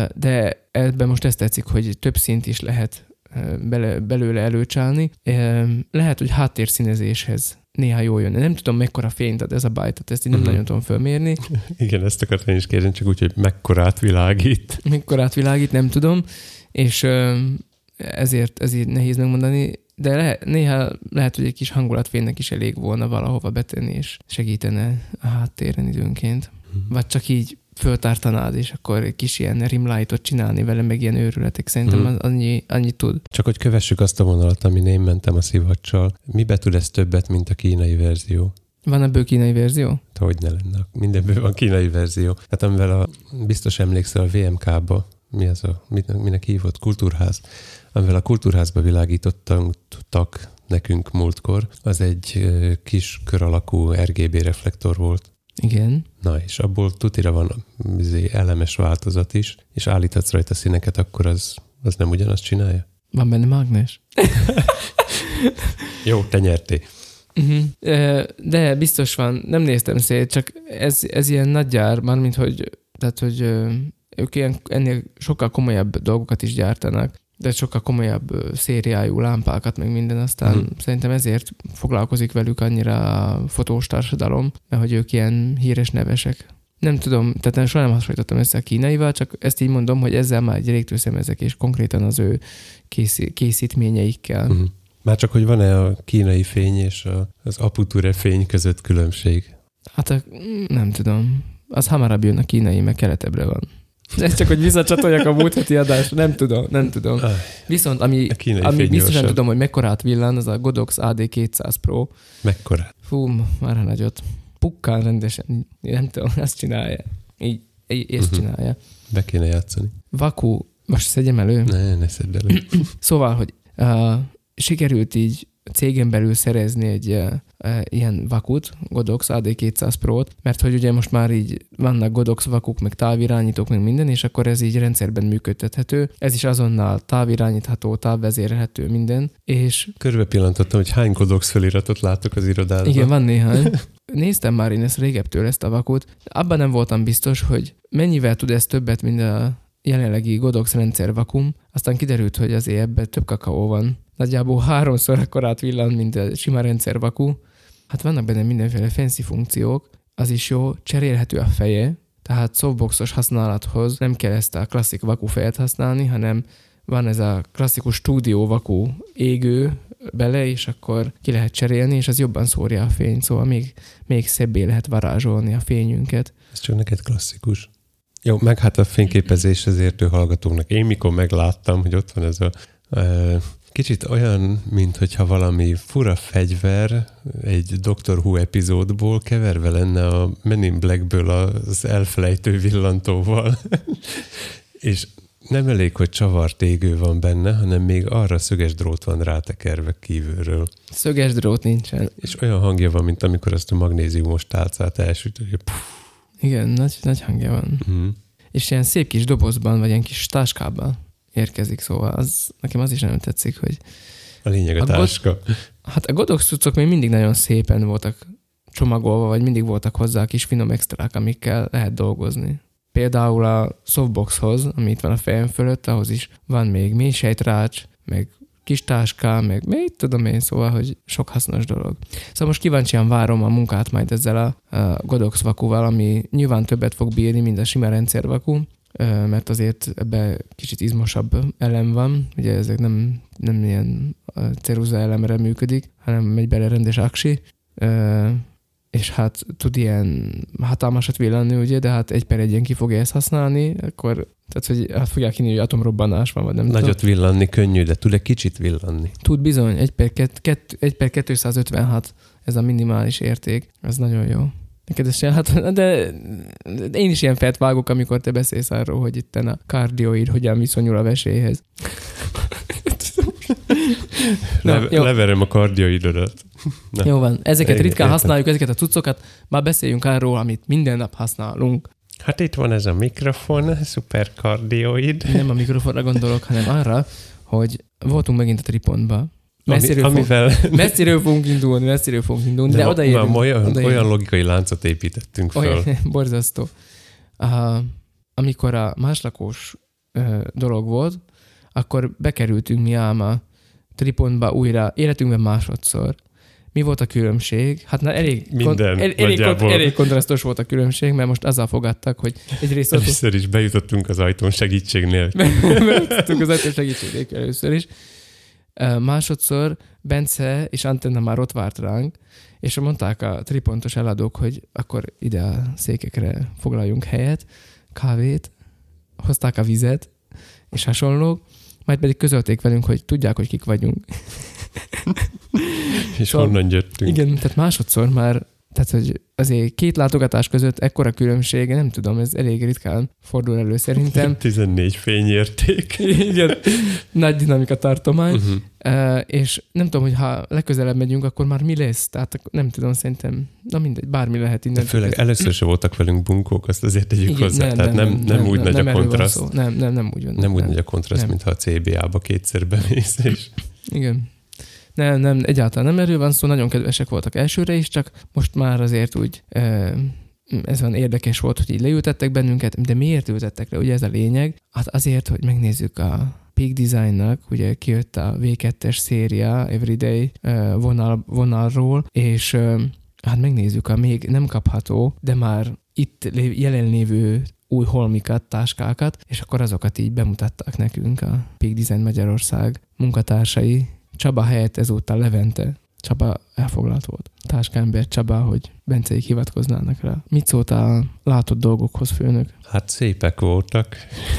de ebben most ezt tetszik, hogy több szint is lehet uh, bele, belőle előcsálni. Uh, lehet, hogy háttérszínezéshez néha jól jön. Nem tudom, mekkora fényt ad ez a báj, tehát ezt így nem uh-huh. nagyon tudom fölmérni. Igen, ezt akartam is kérni, csak úgy, hogy mekkorát világít. Mekkorát világít, nem tudom, és uh, ezért, ezért nehéz megmondani, de le, néha lehet, hogy egy kis hangulatfénynek is elég volna valahova betenni, és segítene a háttéren időnként. Uh-huh. Vagy csak így föltartanád, és akkor egy kis ilyen rimlightot csinálni vele, meg ilyen őrületek. Szerintem hmm. annyi, annyit tud. Csak hogy kövessük azt a vonalat, amin én mentem a szivacsal. Mibe tud ez többet, mint a kínai verzió? Van ebből kínai verzió? Hogy ne lenne. Mindenből van kínai verzió. Hát amivel a, biztos emlékszel a vé em ká-ba, mi az a, minek hívott? Kultúrház. Amivel a kultúrházba világítottak nekünk múltkor, az egy kis kör alakú er gé bé reflektor volt. Igen. Na, és abból tutira van elemes változat is, és állíthatsz rajta színeket, akkor az, az nem ugyanazt csinálja? Van benne mágnes? Jó, te nyertél. Uh-huh. De biztos van, nem néztem szét, csak ez, ez ilyen nagy gyár, mármint, hogy, tehát, hogy ők ilyen, ennél sokkal komolyabb dolgokat is gyártanak, de sokkal komolyabb szériájú lámpákat, meg minden, aztán hmm. szerintem ezért foglalkozik velük annyira a fotós társadalom, mert hogy ők ilyen híres nevesek. Nem tudom, tehát nem, soha nem hasonlítottam össze a kínaival, csak ezt így mondom, hogy ezzel már egy elég szemezek, és konkrétan az ő kész, készítményeikkel. Hmm. Már csak, hogy van-e a kínai fény és a, az aputure fény között különbség? Hát a, nem tudom. Az hamarabb jön a kínai, meg keletebbre van. Ez csak, hogy visszacsatoljak a múlt heti adásra, nem tudom, nem tudom. Viszont ami, ami biztosan tudom, hogy mekkorát villan, az a Godox á dé kétszáz Pro. Mekkorát? Fú, már a nagyot. Pukkán rendesen, nem tudom, ezt csinálja. Így, így ezt uh-huh. csinálja. Be kéne játszani. Vaku, most szedjem elő? Ne, ne szedd elő. Szóval, hogy uh, sikerült így cégen belül szerezni egy uh, uh, ilyen vakut, Godox á dé kétszáz Pro-t, mert hogy ugye most már így vannak Godox vakuk, meg távirányítók, meg minden, és akkor ez így rendszerben működtethető. Ez is azonnal távirányítható, távvezérelhető minden, és... Körbe pillantottam, hogy hány Godox feliratot látok az irodádban. Igen, van néhány. Néztem már én ezt régebtől, ezt a vakut. Abban nem voltam biztos, hogy mennyivel tud ez többet, mint a jelenlegi Godox rendszer vakum. Aztán kiderült, hogy azért ebben több kakaó van. Nagyjából háromszor akkorát villan, mint a sima rendszer vaku. Hát vannak benne mindenféle fancy funkciók. Az is jó, cserélhető a feje, tehát softboxos használathoz nem kell ezt a klasszik vaku fejet használni, hanem van ez a klasszikus stúdió vaku égő bele, és akkor ki lehet cserélni, és az jobban szórja a fényt, szóval még, még szebbé lehet varázsolni a fényünket. Ez csak neked klasszikus. Jó, meg hát a fényképezés az értő hallgatóknak. Én mikor megláttam, hogy ott van ez a e, kicsit olyan, mint hogyha valami fura fegyver egy Doctor Who epizódból keverve lenne a Men in Blackből az elfelejtő villantóval. És nem elég, hogy csavart égő van benne, hanem még arra szöges drót van rátekerve kívülről. Szöges drót nincsen. És olyan hangja van, mint amikor azt a magnéziumos tálcát elsütő. Igen, nagy, nagy hangja van. Mm. És ilyen szép kis dobozban, vagy ilyen kis táskában érkezik, szóval az, nekem az is nagyon tetszik, hogy... A lényeg a, a táska. God, hát a Godox cuccok még mindig nagyon szépen voltak csomagolva, vagy mindig voltak hozzá kis finom extrák, amikkel lehet dolgozni. Például a softboxhoz, ami itt van a fejem fölött, ahhoz is van még mélysejtrács, meg kis táská, meg még tudom én, szóval, hogy sok hasznos dolog. Szóval most kíváncsian várom a munkát majd ezzel a, a Godox vakuval, ami nyilván többet fog bírni, mint a sima rendszervaku, mert azért ebben kicsit izmosabb elem van, ugye ezek nem, nem ilyen ceruza elemre működik, hanem megy bele rendes aksi, és hát tud ilyen hatalmasat villanni, ugye, de hát egy per egyen ki fogja ezt használni, akkor, tehát, hogy hát fogják hinni, hogy atomrobbanás van, vagy nem Nagyot tudom. villanni könnyű, de tud egy kicsit villanni. Tud bizony, egy per kétszázötvenhat ez a minimális érték, ez nagyon jó. Neked ez sem, hát, de, de én is ilyen felt vágok, amikor te beszélsz arról, hogy itt a kardioid hogyan viszonyul a vesélyhez. Le, no, leverem a kardioidodat. Na. Jó van, ezeket ritkán értem. Használjuk, ezeket a cuccokat, már beszéljünk arról, amit minden nap használunk. Hát itt van ez a mikrofon, szuper kardioid. Nem a mikrofonra gondolok, hanem arra, hogy voltunk megint a Tripontba. Messziről, Ami, amivel... fog, messziről fogunk indulni, messziről fogunk indulni, de, de odaérünk. Olyan, odaérünk. olyan logikai láncot építettünk fel. Olyan, borzasztó. Uh, amikor a máslakós uh, dolog volt, akkor bekerültünk mi ám a Tripontba újra, életünkben másodszor. Mi volt a különbség? Hát na, elég, Minden, kon, el, elég, kont, elég kontrasztos volt a különbség, mert most azzal fogadtak, hogy egyrészt... Először is bejutottunk az ajtón segítség nélkül. Bejutottunk az ajtón segítség nélkül először is. Uh, másodszor Bence és Antenna már ott várt ránk, és mondták a tripontos eladók, hogy akkor ide a székekre foglaljunk helyet, kávét, hozták a vizet, és hasonlók, majd pedig közölték velünk, hogy tudják, hogy kik vagyunk. És szóval, honnan jöttünk. Igen, tehát másodszor már, tehát hogy azért két látogatás között ekkora különbség, nem tudom, ez elég ritkán fordul elő szerintem. tizennégy fényérték. Igen, nagy dinamika tartomány, uh-huh. uh, és nem tudom, hogy ha legközelebb megyünk, akkor már mi lesz, tehát nem tudom, szerintem, na mindegy, bármi lehet innen. De főleg között. Először se voltak velünk bunkók, azt azért tegyük igen, hozzá, nem, tehát nem, nem, nem, nem úgy nem, nagy nem a kontraszt. Nem, nem, nem úgy van. Nem úgy nagy a kontraszt, mintha a cé bé á-ba kétszer bemész is. Igen. Nem, nem, egyáltalán nem erről van szó, nagyon kedvesek voltak elsőre is, csak most már azért úgy ez van érdekes volt, hogy így leültettek bennünket, de miért ültettek le? Ugye ez a lényeg? Hát azért, hogy megnézzük a Peak Designnak, ugye kijött a vé kettes széria Everyday vonal, vonalról, és hát megnézzük a még nem kapható, de már itt jelenlévő új holmikat, táskákat, és akkor azokat így bemutatták nekünk a Peak Design Magyarország munkatársai. Csaba helyett ezúttal Levente. Csaba elfoglalt volt. Táskámber Csaba, hogy Benceik hivatkoznának rá. Mit szólt a látott dolgokhoz, főnök? Hát szépek voltak.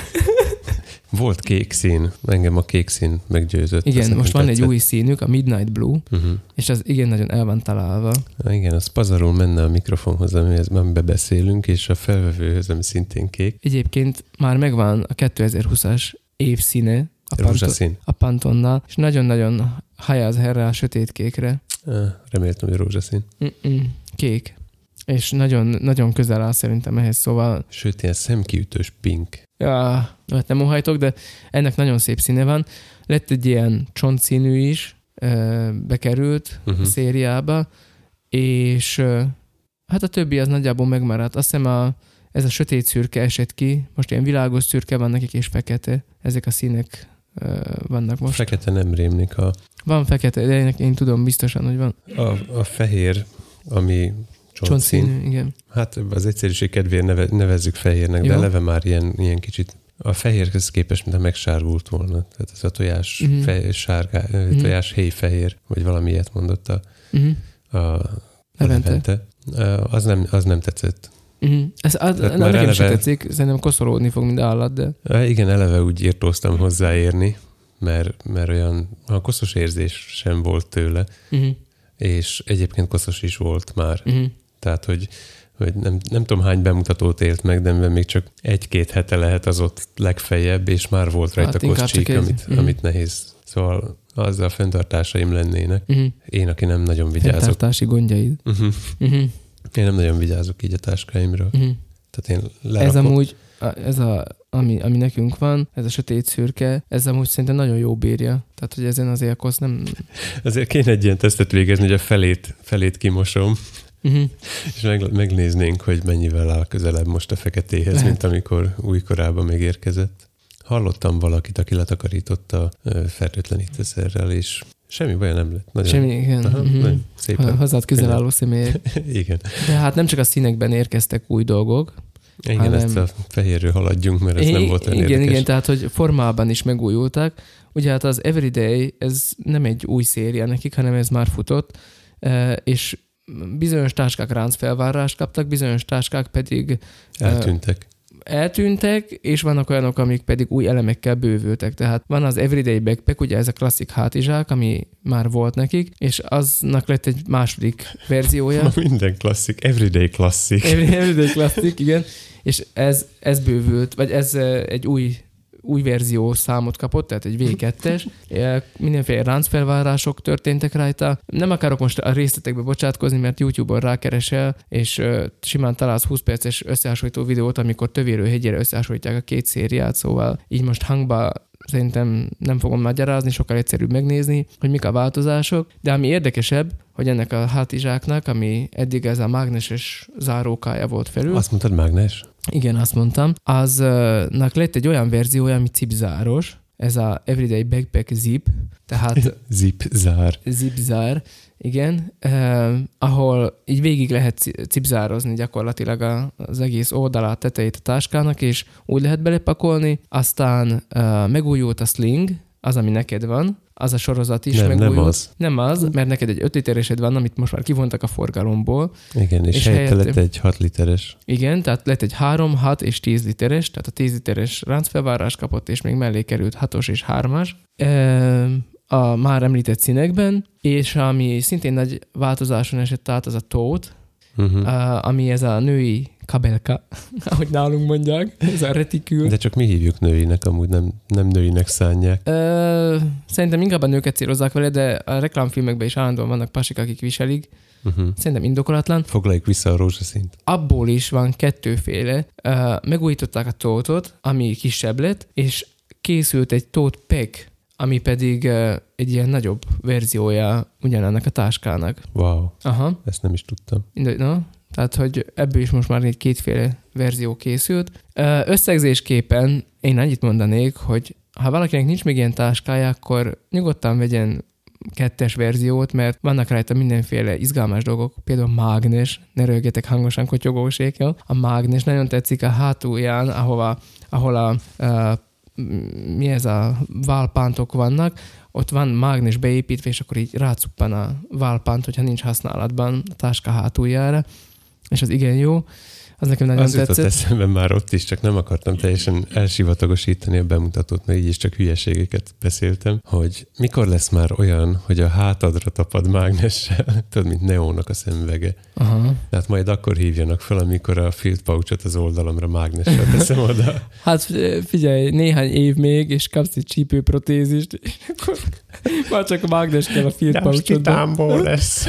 Volt kék szín. Engem a kék szín meggyőzött. Igen, most van tetszett. Egy új színük, a Midnight Blue, uh-huh. és az igen nagyon el van találva. Igen, az pazarul menne a mikrofonhoz, amihez már bebeszélünk, és a felvevőhöz, ami szintén kék. Egyébként már megvan a kétezer-húszas évszíne, a, Panton, a Pantonnal, és nagyon-nagyon hajaz erre a sötétkékre. Ah, reméltem, hogy rózsaszín. Mm-mm, kék. És nagyon, nagyon közel áll szerintem ehhez, szóval... Sőt, ilyen szemkiütős pink. Ja, hát nem óhajtok, de ennek nagyon szép színe van. Lett egy ilyen csontszínű is, bekerült uh-huh. a szériába, és hát a többi az nagyjából megmaradt. Azt hiszem a, ez a sötét szürke esett ki, most ilyen világos szürke van nekik, és fekete. Ezek a színek vannak most. Fekete nem rémlik. A... Van fekete, de én, én tudom biztosan, hogy van. A, a fehér, ami csontszín. Csontszín, igen. Hát az egyszerűség kedvéért neve, nevezzük fehérnek, jó. De eleve már ilyen, ilyen kicsit a fehérhez képest, mintha megsárgult volna. Tehát ez a tojás, uh-huh. fehér, sárgá, uh-huh. tojás héjfehér, vagy valami ilyet mondott a, uh-huh. a, a Levente. Az nem, az nem tetszett. Uh-huh. Ez, az, nekem eleve... sem tetszik, szerintem koszolódni fog, mint állat, de... Igen, eleve úgy írtóztam hozzáérni, mert, mert olyan a koszos érzés sem volt tőle, uh-huh. és egyébként koszos is volt már. Uh-huh. Tehát, hogy hogy nem, nem tudom hány bemutatót élt meg, de még csak egy-két hete lehet az ott legfeljebb, és már volt rajta hát koszcsík, egy... amit, mm. amit nehéz. Szóval azzal fenntartásaim lennének. Uh-huh. Én, aki nem nagyon vigyázok. Fenntartási gondjaid. Uh-huh. Uh-huh. Én nem nagyon vigyázok így a táskáimra. Uh-huh. Tehát én lerakom. Ez amúgy, ez a, ami, ami nekünk van, ez a sötét szürke, ez amúgy szerintem nagyon jó bírja. Tehát, hogy ezen azért akkor nem... Azért kéne egy ilyen tesztet végezni, hogy a felét, felét kimosom. Uh-huh. És meg, megnéznénk, hogy mennyivel áll közelebb most a feketéhez, lehet, mint amikor újkorában megérkezett. Hallottam valakit, aki letakarította fertőtlenítőszerrel, és semmi baj nem lett. Nagyon, semmi, igen. Aha, uh-huh. nagyon szépen. Hozzád közel álló személyek. Igen. De hát nem csak a színekben érkeztek új dolgok. Igen, hanem... ezt a fehérről haladjunk, mert ez I- nem volt olyan igen, érdekes. Igen, tehát hogy formában is megújultak. Ugye hát az Everyday, ez nem egy új széria nekik, hanem ez már futott, és bizonyos táskák ráncfelvárást kaptak, bizonyos táskák pedig... Eltűntek. eltűntek, és vannak olyanok, amik pedig új elemekkel bővültek. Tehát van az Everyday Backpack, ugye ez a klasszik hátizsák, ami már volt nekik, és aznak lett egy második verziója. Ma minden klasszik, Everyday klasszik. Everyday klasszik, igen. És ez, ez bővült, vagy ez egy új új verzió számot kapott, tehát egy vé kettes. Mindenféle ráncfelvárások történtek rajta. Nem akarok most a részletekbe bocsátkozni, mert YouTube-on rákeresel, és simán találsz húsz perces összehasonlító videót, amikor tövéről hegyére összehasonlítják a két szériát, szóval így most hangba szerintem nem fogom magyarázni, sokkal egyszerűbb megnézni, hogy mik a változások, de ami érdekesebb, hogy ennek a hátizsáknak, ami eddig ez a mágneses zárókája volt felül. Azt mondtad, mágnes? Igen, azt mondtam. Aznak lett egy olyan verziója, ami cipzáros, ez a Everyday Backpack Zip, tehát... Zip zár. Zip zár, igen, eh, ahol így végig lehet cipzározni gyakorlatilag az egész oldalát, tetejét a táskának, és úgy lehet belepakolni. Aztán eh, megújult a Sling, az, ami neked van, az a sorozat is nem, megújult. Nem az. Nem az, mert neked egy öt literesed van, amit most már kivontak a forgalomból. Igen, és, és helyette lett egy hat literes. Igen, tehát lett egy három, hat és tíz literes, tehát a tíz literes ráncfelvárás kapott, és még mellé került hatos és hármas. E, a már említett színekben, és ami szintén nagy változáson esett át, az a Tote, uh-huh. a, ami ez a női kabelka, ahogy nálunk mondják, ez a retikül. De csak mi hívjuk nőinek, amúgy nem, nem nőinek szánják. Ö, szerintem inkább a nőket célozzák vele, de a reklámfilmekben is állandóan vannak pasik, akik viselik. Uh-huh. Szerintem indokolatlan. Foglaljuk vissza a rózsaszínt. Abból is van kettőféle. Uh, megújították a Tote-ot, ami kisebb lett, és készült egy Tote Pack, ami pedig uh, egy ilyen nagyobb verziója ugyanennek a táskának. Wow. Aha. Ezt nem is tudtam. No? Tehát, hogy ebből is most már egy kétféle verzió készült. Összegzésképpen én annyit mondanék, hogy ha valakinek nincs még ilyen táskája, akkor nyugodtan vegyen kettes verziót, mert vannak rajta mindenféle izgalmas dolgok, például mágnes, ne rögjetek hangosan kotyogósékkel. A mágnes nagyon tetszik a hátulján, ahova, ahol a, a mi ez a válpántok vannak, ott van mágnes beépítve, és akkor így rácuppan a válpánt, hogyha nincs használatban a táska hátuljára, és az igen jó. Az nekem nagyon az tetszett. Az jutott eszembe már ott is, csak nem akartam teljesen elsivatagosítani a bemutatót, mert így is csak hülyeségeket beszéltem, hogy mikor lesz már olyan, hogy a hátadra tapad mágnessel, tudod, mint Neónak a szemüvege. Aha. Tehát majd akkor hívjanak fel, amikor a field pouchot az oldalamra mágnessel teszem oda. Hát figyelj, néhány év még, és kapsz egy csípőprotézist, és akkor már csak a mágnes kell a field pouchodba. Titánból lesz.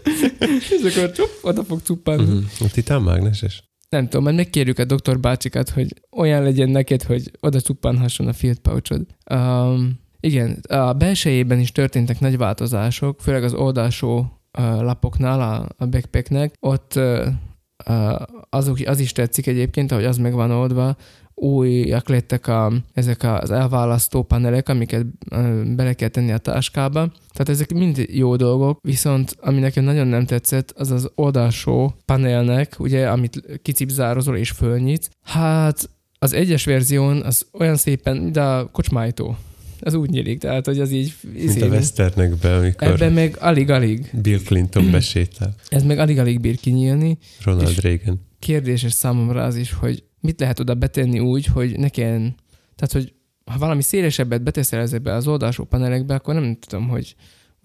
És akkor csup, oda fog cuppani. Uh-huh. A titán mágneses? Nem tudom, majd megkérjük a doktor bácsikat, hogy olyan legyen neked, hogy oda cuppanhasson a field pouchod. Um, igen, a belsejében is történtek nagy változások, főleg az oldalsó uh, lapoknál a, a backpacknek. Ott uh, uh, azok, az is tetszik egyébként, ahogy az meg van oldva, újak lettek a, ezek az elválasztó panelek, amiket uh, bele kell tenni a táskába. Tehát ezek mind jó dolgok, viszont ami nekem nagyon nem tetszett, az az oldalsó panelnek, ugye, amit kicipzározol és fölnyitsz. Hát az egyes verzión az olyan szépen, de a kocsmájtó. Az úgy nyílik, tehát hogy az így... Mint a westernekben, amikor... Ebben meg alig-alig. Bill Clinton besétál. Ez meg alig-alig bír kinyílni. Ronald Reagan. Kérdéses számomra az is, hogy mit lehet oda betenni úgy, hogy ne kelljen... Tehát, hogy ha valami szélesebbet beteszel ezekbe az oldalsó panelekbe, akkor nem tudom, hogy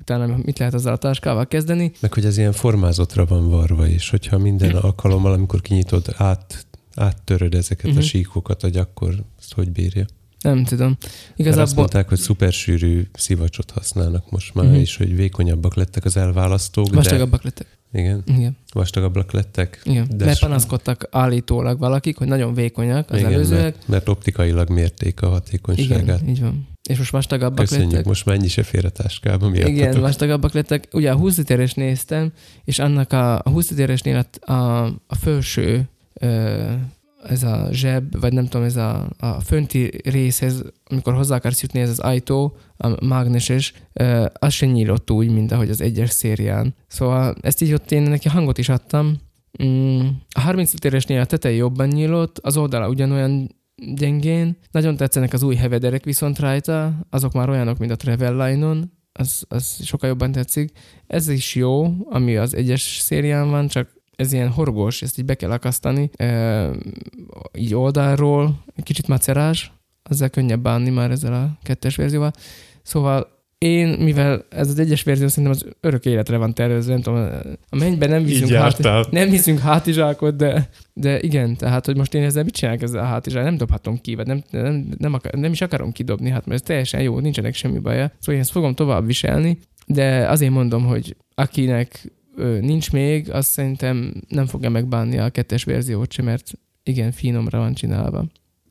utána mit lehet azzal a táskával kezdeni. Meg hogy ez ilyen formázottra van varva, és hogyha minden alkalommal, amikor kinyitod, át, áttöröd ezeket uh-huh. a síkokat, hogy akkor ezt hogy bírja? Nem tudom. Igazából... Mert azt mondták, hogy szupersűrű szivacsot használnak most már, uh-huh. és hogy vékonyabbak lettek az elválasztók. Vastagabbak de... lettek. Igen? Igen. Vastagabbak lettek. Igen. De mert panaszkodtak állítólag valakik, hogy nagyon vékonyak az igen, előzőek. Mert, mert optikailag mérték a hatékonyságát. Igen, így van. És most vastagabbak Köszönjük, lettek. Most már ennyi se fér a táskába. Miattatok. Igen, vastagabbak lettek. Ugye a húsz literes néztem, és annak a, a húsz literesnél a, a, a felső ö, ez a zseb, vagy nem tudom, ez a, a fönti részhez, amikor hozzá akarsz jutni, ez az ajtó, a mágneses, az se nyílott úgy, mint ahogy az egyes szérián. Szóval ezt így ott én neki hangot is adtam. A harminc literesnél a tetej jobban nyílott, az oldala ugyanolyan gyengén. Nagyon tetszenek az új hevederek viszont rajta, azok már olyanok, mint a Travelline-on, az, az sokkal jobban tetszik. Ez is jó, ami az egyes szérián van, csak ez ilyen horgos, ezt így be kell akasztani, e, így oldalról, kicsit macerás, ezzel könnyebb bánni már ezzel a kettes verzióval. Szóval én, mivel ez az egyes verzió szerintem az örök életre van tervezve, nem tudom, a mennyben nem viszünk, hát, nem viszünk hátizsákot, de, de igen, tehát, hogy most én ezzel mit csinálok ezzel a hátizsák, nem dobhatom ki, vagy nem, nem, nem, akar, nem is akarom kidobni, hát mert ez teljesen jó, nincsenek semmi baja. Szóval én ezt fogom tovább viselni, de azért mondom, hogy akinek nincs még, azt szerintem nem fogja megbánni a kettes verziót sem, mert igen, finomra van csinálva.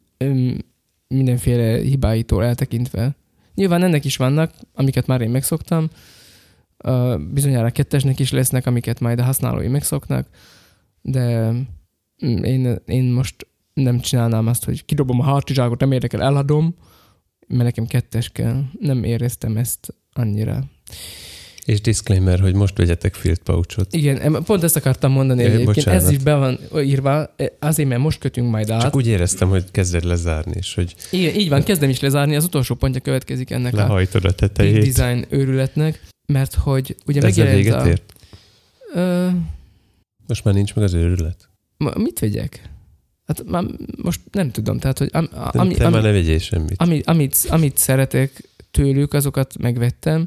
Mindenféle hibáitól eltekintve. Nyilván ennek is vannak, amiket már én megszoktam. Bizonyára a kettesnek is lesznek, amiket majd a használói megszoknak, de én, én most nem csinálnám azt, hogy kidobom a hátizsákot, nem érdekel, eladom, mert nekem kettes kell. Nem éreztem ezt annyira. És disclaimer, hogy most vegyetek field pouchot. Igen, pont ezt akartam mondani é, egyébként. Ez is be van írva, azért, mert most kötünk majd át. Csak úgy éreztem, hogy kezded lezárni, és hogy... Igen, így van, kezdem is lezárni, az utolsó pontja következik ennek lehajtod a tetejét. Big design őrületnek, mert hogy ugye ezzel megjelent véget ért? a... Ö... Most már nincs meg az őrület. Ma, mit vegyek? Hát már most nem tudom, tehát, hogy... Am, ami, ami, te ami, már ne vegyél semmit. Ami, amit, amit szeretek tőlük, azokat megvettem.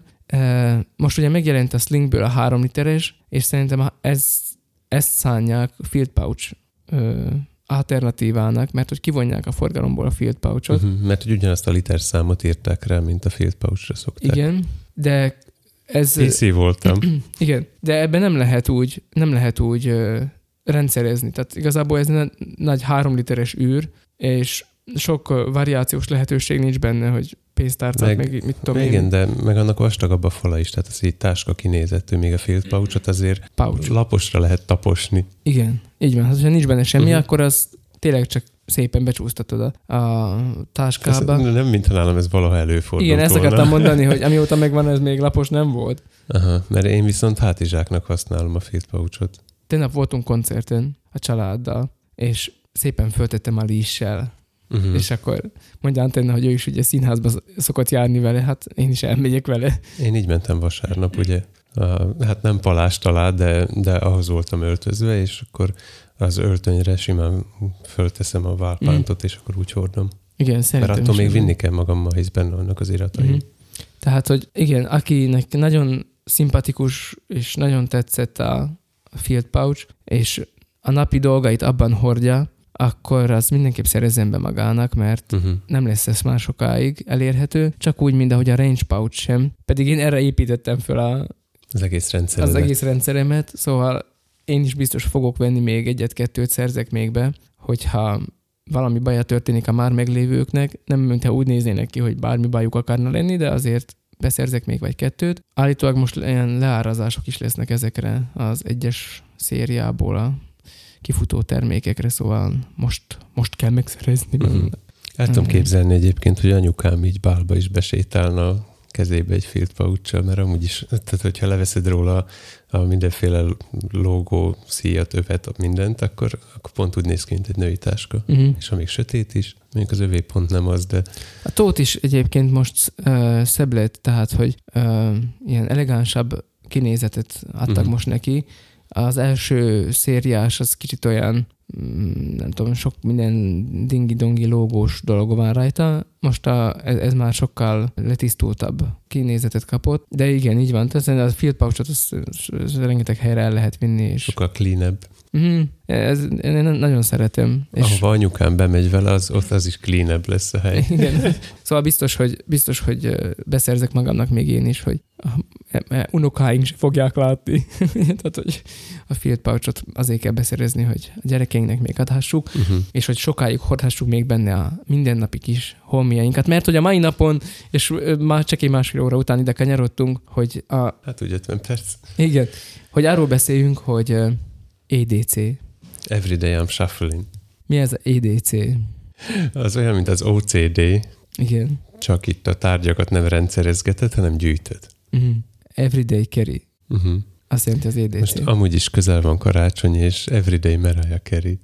Most ugye megjelent a Slingből a három literes, és szerintem ez, ezt szánják field pouch ö, alternatívának, mert hogy kivonják a forgalomból a field pouchot. Uh-huh, mert hogy ugyanazt a literszámot írták rá, mint a field pouchra szokták. Igen, de ez... pé cé voltam. Igen, de ebben nem lehet úgy, nem lehet úgy ö, rendszerezni. Tehát igazából ez egy nagy három literes űr, és sok variációs lehetőség nincs benne, hogy pénztárcát, meg, meg mit tudom én. Igen, de meg annak vastagabb a fala is, tehát az így táska kinézettő, még a field pouchot azért Pouch. laposra lehet taposni. Igen, így van. Hát, ha nincs benne semmi, uh-huh. akkor az tényleg csak szépen becsúsztatod a, a táskába. Ez nem, mintha nálam ez valaha előfordult. Igen, ezt akartam mondani, hogy amióta megvan, ez még lapos nem volt. Aha, mert én viszont hátizsáknak használom a field pouchot. Tegnap voltunk koncerten a családdal, és szépen föltettem a líssel. Uh-huh. És akkor mondja Antenna, hogy ő is ugye színházba szokott járni vele, hát én is elmegyek vele. Én így mentem vasárnap, ugye, a, hát nem palást alá, de, de ahhoz voltam öltözve, és akkor az öltönyre simán fölteszem a válpántot, mm. és akkor úgy hordom. Igen, szerintem. Mert attól még vinni kell magammal, hisz benne vannak az iratai. Mm-hmm. Tehát, hogy igen, akinek nagyon szimpatikus és nagyon tetszett a field pouch, és a napi dolgait abban hordja, akkor az mindenképp szerezzen be magának, mert uh-huh. nem lesz ez már sokáig elérhető, csak úgy, mint ahogy a range pouch sem. Pedig én erre építettem fel a, az egész rendszeremet. Az egész rendszeremet, szóval én is biztos fogok venni még egyet-kettőt, szerzek még be, hogyha valami baja történik a már meglévőknek, nem mintha úgy néznének ki, hogy bármi bajuk akarna lenni, de azért beszerzek még vagy kettőt. Állítólag most ilyen leárazások is lesznek ezekre az egyes szériából a kifutó termékekre, szóval most, most kell megszerezni. Mm. El tudom képzelni egyébként, hogy anyukám így bálba is besétálna a kezébe egy field pouch-sal, mert amúgy is, tehát hogyha leveszed róla a mindenféle logó, szíjat, övet, mindent, akkor, akkor pont úgy néz ki, mint egy női táska. Uh-huh. És amíg sötét is, mondjuk az övé pont nem az, de... A tót is egyébként most uh, szebb lett, tehát, hogy uh, ilyen elegánsabb kinézetet adtak uh-huh. most neki. Az első szériás az kicsit olyan nem tudom, sok minden dingi-dongi logós dolog van rajta. Most a, ez, ez már sokkal letisztultabb kinézetet kapott, de igen, így van. Tehát a field pouchot az, az rengeteg helyre el lehet vinni. És... sokkal cleanebb. Mm, ez, én nagyon szeretem. És... ahova anyukám bemegy vele, az, ott az is cleanebb lesz a hely. Igen. Szóval biztos, hogy, biztos, hogy beszerzek magamnak még én is, hogy unokáink se fogják látni. Tehát, hogy a field pouchot azért kell beszerezni, hogy a gyerekeinknek még adhassuk, uh-huh. és hogy sokáig hordhassuk még benne a mindennapi kis holmiainkat. Mert hogy a mai napon, és már csak egy másfél óra után ide kanyarodtunk, hogy a... hát úgy ötven perc. Igen. Hogy arról beszéljünk, hogy é dé cé. Everyday I'm shuffling. Mi ez a é dé cé? Az olyan, mint az o cé dé. Igen. Csak itt a tárgyakat nem rendszerezgeted, hanem gyűjtöd. Uh-huh. Everyday carry. Uh-huh. Azt jelenti az é dé cé. Most amúgy is közel van karácsony, és Everyday Mariah Carey.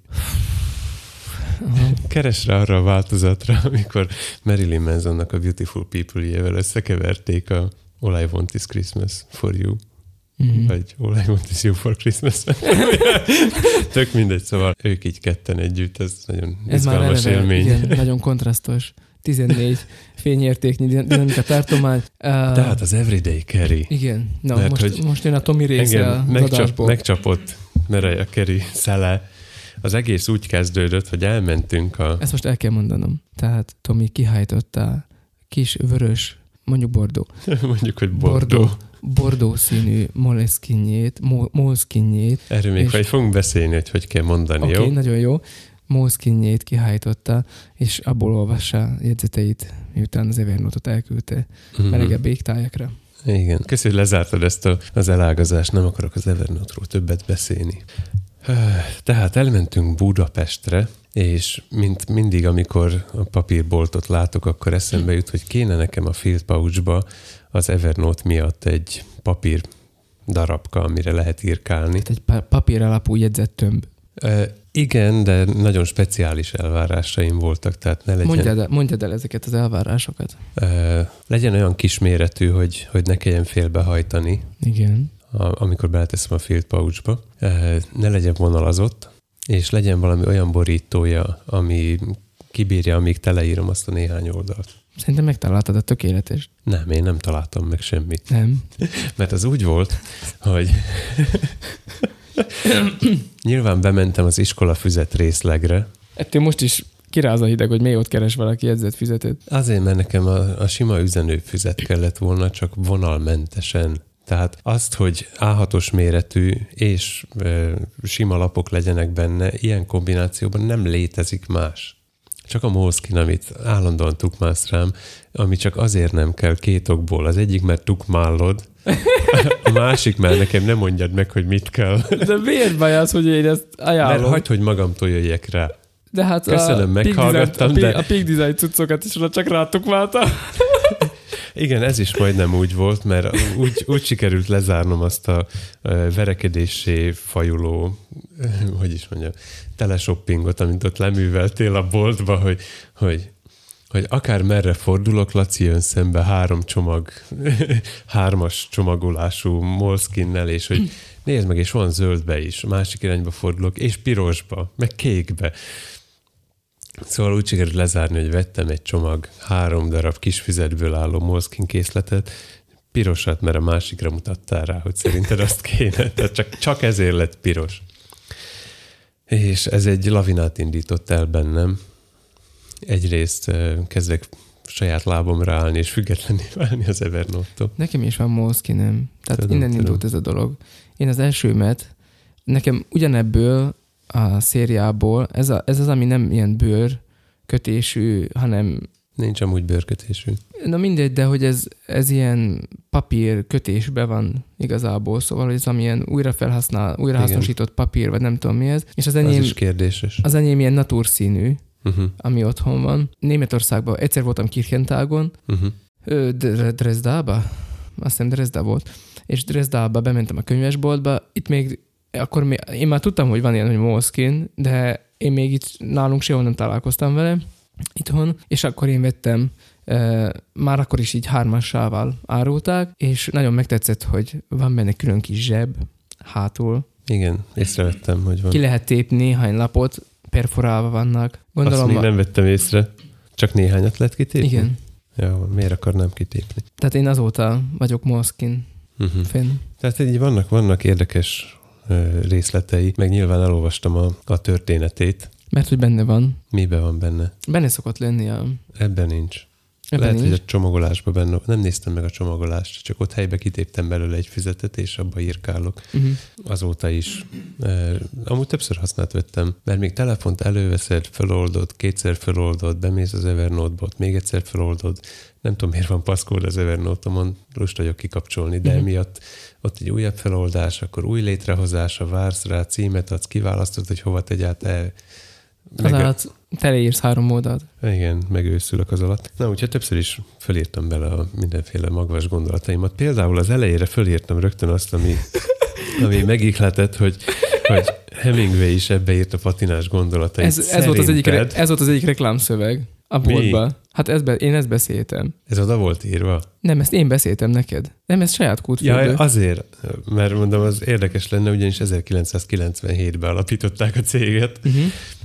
Uh-huh. Keres rá arra a változatra, amikor Marilyn Mansonnak a Beautiful People-jével összekeverték a All I Want Is Christmas for You. Mm-hmm. Vagy All I Want Is You for Christmas. Tök mindegy, szóval ők így ketten együtt, ez nagyon ez izgalmas már élmény. Igen, nagyon kontrasztos. tizennégy fényértéknyi dinamika tartomány. Uh, Tehát az Everyday Carey. Igen. Na, mert most, most jön a Tomi része a megcsap, megcsapott Mariah Carey szele. Az egész úgy kezdődött, hogy elmentünk a... Ezt most el kell mondanom. Tehát Tomi kihajtotta kis vörös, mondjuk bordó. mondjuk, hogy bordó. Bordó színű moleszkinjét, moleszkinjét. Erről még vagy fogunk beszélni, hogy hogy kell mondani, okay, jó? Oké, nagyon jó. Moleszkinjét kihajtotta, és abból olvassa jegyzeteit, miután az Evernote-ot elküldte uh-huh. melegebb égtájakra. Igen. Köszönöm, hogy lezártad ezt a, az elágazást, nem akarok az Evernote-ról többet beszélni. Tehát elmentünk Budapestre, és mint mindig, amikor a papírboltot látok, akkor eszembe jut, hogy kéne nekem a field pouchba az Evernote miatt egy papír darabka, amire lehet írkálni. Egy papír alapú jegyzettömb. E, igen, de nagyon speciális elvárásaim voltak, tehát ne legyen... Mondjad el, mondjad el ezeket az elvárásokat. E, legyen olyan kisméretű, hogy, hogy ne kelljen félbehajtani. Igen. A, amikor beleteszem a field pouchba. E, ne legyen vonalazott, és legyen valami olyan borítója, ami kibírja, amíg teleírom azt a néhány oldalt. Szerintem megtaláltad a tökéletes. Nem, én nem találtam meg semmit. Nem. Mert az úgy volt, hogy nyilván bementem az iskola füzet részlegre. Ettől most is kiráz a hideg, hogy miért ott keres valaki jegyzetfüzetet. Azért, mert nekem a, a sima üzenőfüzet kellett volna, csak vonalmentesen. Tehát azt, hogy á hatos méretű és e, sima lapok legyenek benne, ilyen kombinációban nem létezik más. Csak a Moleskine, amit állandóan tukmálsz rám, ami csak azért nem kell két okból. Az egyik, mert tukmálod, a másik, mert nekem nem mondjad meg, hogy mit kell. De miért baj az, hogy én ezt ajánlom? Mert hagyd, hogy magamtól jöjjek rá. De hát köszönöm, a meghallgattam, Peak Design, de... A Peak Design cuccokat is oda csak rátukmáltam. Igen, ez is majdnem úgy volt, mert úgy, úgy sikerült lezárnom azt a verekedéssé fajuló, hogy is mondjam, teleshoppingot, amit ott leműveltél a boltba, hogy, hogy, hogy akár merre fordulok, Laci jön szembe három csomag, hármas csomagolású Moleskine-nel, és hogy nézd meg, és van zöldbe is, másik irányba fordulok, és pirosba, meg kékbe. Szóval úgy sikerült lezárni, hogy vettem egy csomag három darab kis füzetből álló Moleskine készletet, pirosat, mert a másikra mutattál rá, hogy szerinted azt kéne. Tehát csak, csak ezért lett piros. És ez egy lavinát indított el bennem. Egyrészt kezdek saját lábomra állni, és függetlenné válni az Evernote-tól. Nekem is van Moleskine-em. Tehát tudom, innen tudom. Indult ez a dolog. Én az elsőmet, nekem ugyanebből a szériából, ez, a, ez az, ami nem ilyen bőrkötésű, hanem... Nincs amúgy bőrkötésű. Na mindegy, de hogy ez, ez ilyen papír kötésbe van igazából, szóval ez amilyen újra felhasznál, újrahasznosított papír, vagy nem tudom mi ez. És az enyém, az is kérdéses. Az enyém ilyen naturszínű, uh-huh. ami otthon van. Németországban egyszer voltam Kirchentagon, uh-huh. Dresdába, azt hiszem Dresda volt, és Dresdába bementem a könyvesboltba, itt még akkor még, én már tudtam, hogy van ilyen, hogy Moleskine, de én még itt nálunk sehol nem találkoztam vele itthon, és akkor én vettem, e, már akkor is így hármassával árulták, és nagyon megtetszett, hogy van benne külön kis zseb hátul, Igen, észrevettem, hogy van. Ki lehet tépni néhány lapot, perforálva vannak. Gondolom, azt még nem vettem észre. Csak néhányat lehet kitépni? Igen. Ja, miért akarnám kitépni? Tehát én azóta vagyok Moleskine Uh-huh. fenn. Tehát így vannak, vannak érdekes uh, részletei, meg nyilván elolvastam a, a történetét. Mert hogy benne van. Miben van benne? Benne szokott lenni a... Ebben nincs. Ebben Lehet, nincs. hogy a csomagolásban benne, nem néztem meg a csomagolást, csak ott helybe kitéptem belőle egy füzetet, és abba írkálok. Uh-huh. Azóta is. Uh, amúgy többször használt vettem, mert még telefont előveszed, feloldod, kétszer feloldod, bemész az Evernote-ba, ott még egyszer feloldod. Nem tudom, miért van paszkód az Evernote-omon, lust vagyok kikapcsolni, de uh-huh. emiatt ott egy újabb feloldás, akkor új létrehozása, vársz rá, címet adsz, kiválasztod, hogy hova tegy át el. Az alatt teleírsz három módot. Igen, megőszülök az alatt. Na, úgyhogy többször is fölírtam bele a mindenféle magvas gondolataimat. Például az elejére fölírtam rögtön azt, ami, ami megihletett, hogy, hogy Hemingway is ebbe írt a patinás gondolatait. Ez, ez, volt az egyik, ez volt az egyik reklámszöveg a boltban. Hát ez be, én ezt beszéltem. Ez oda volt írva? Nem, ezt én beszéltem neked. Nem, ez saját kódfürdő. Ja, azért, mert mondom, az érdekes lenne, ugyanis ezerkilencszázkilencvenhétben alapították a céget, uh-huh.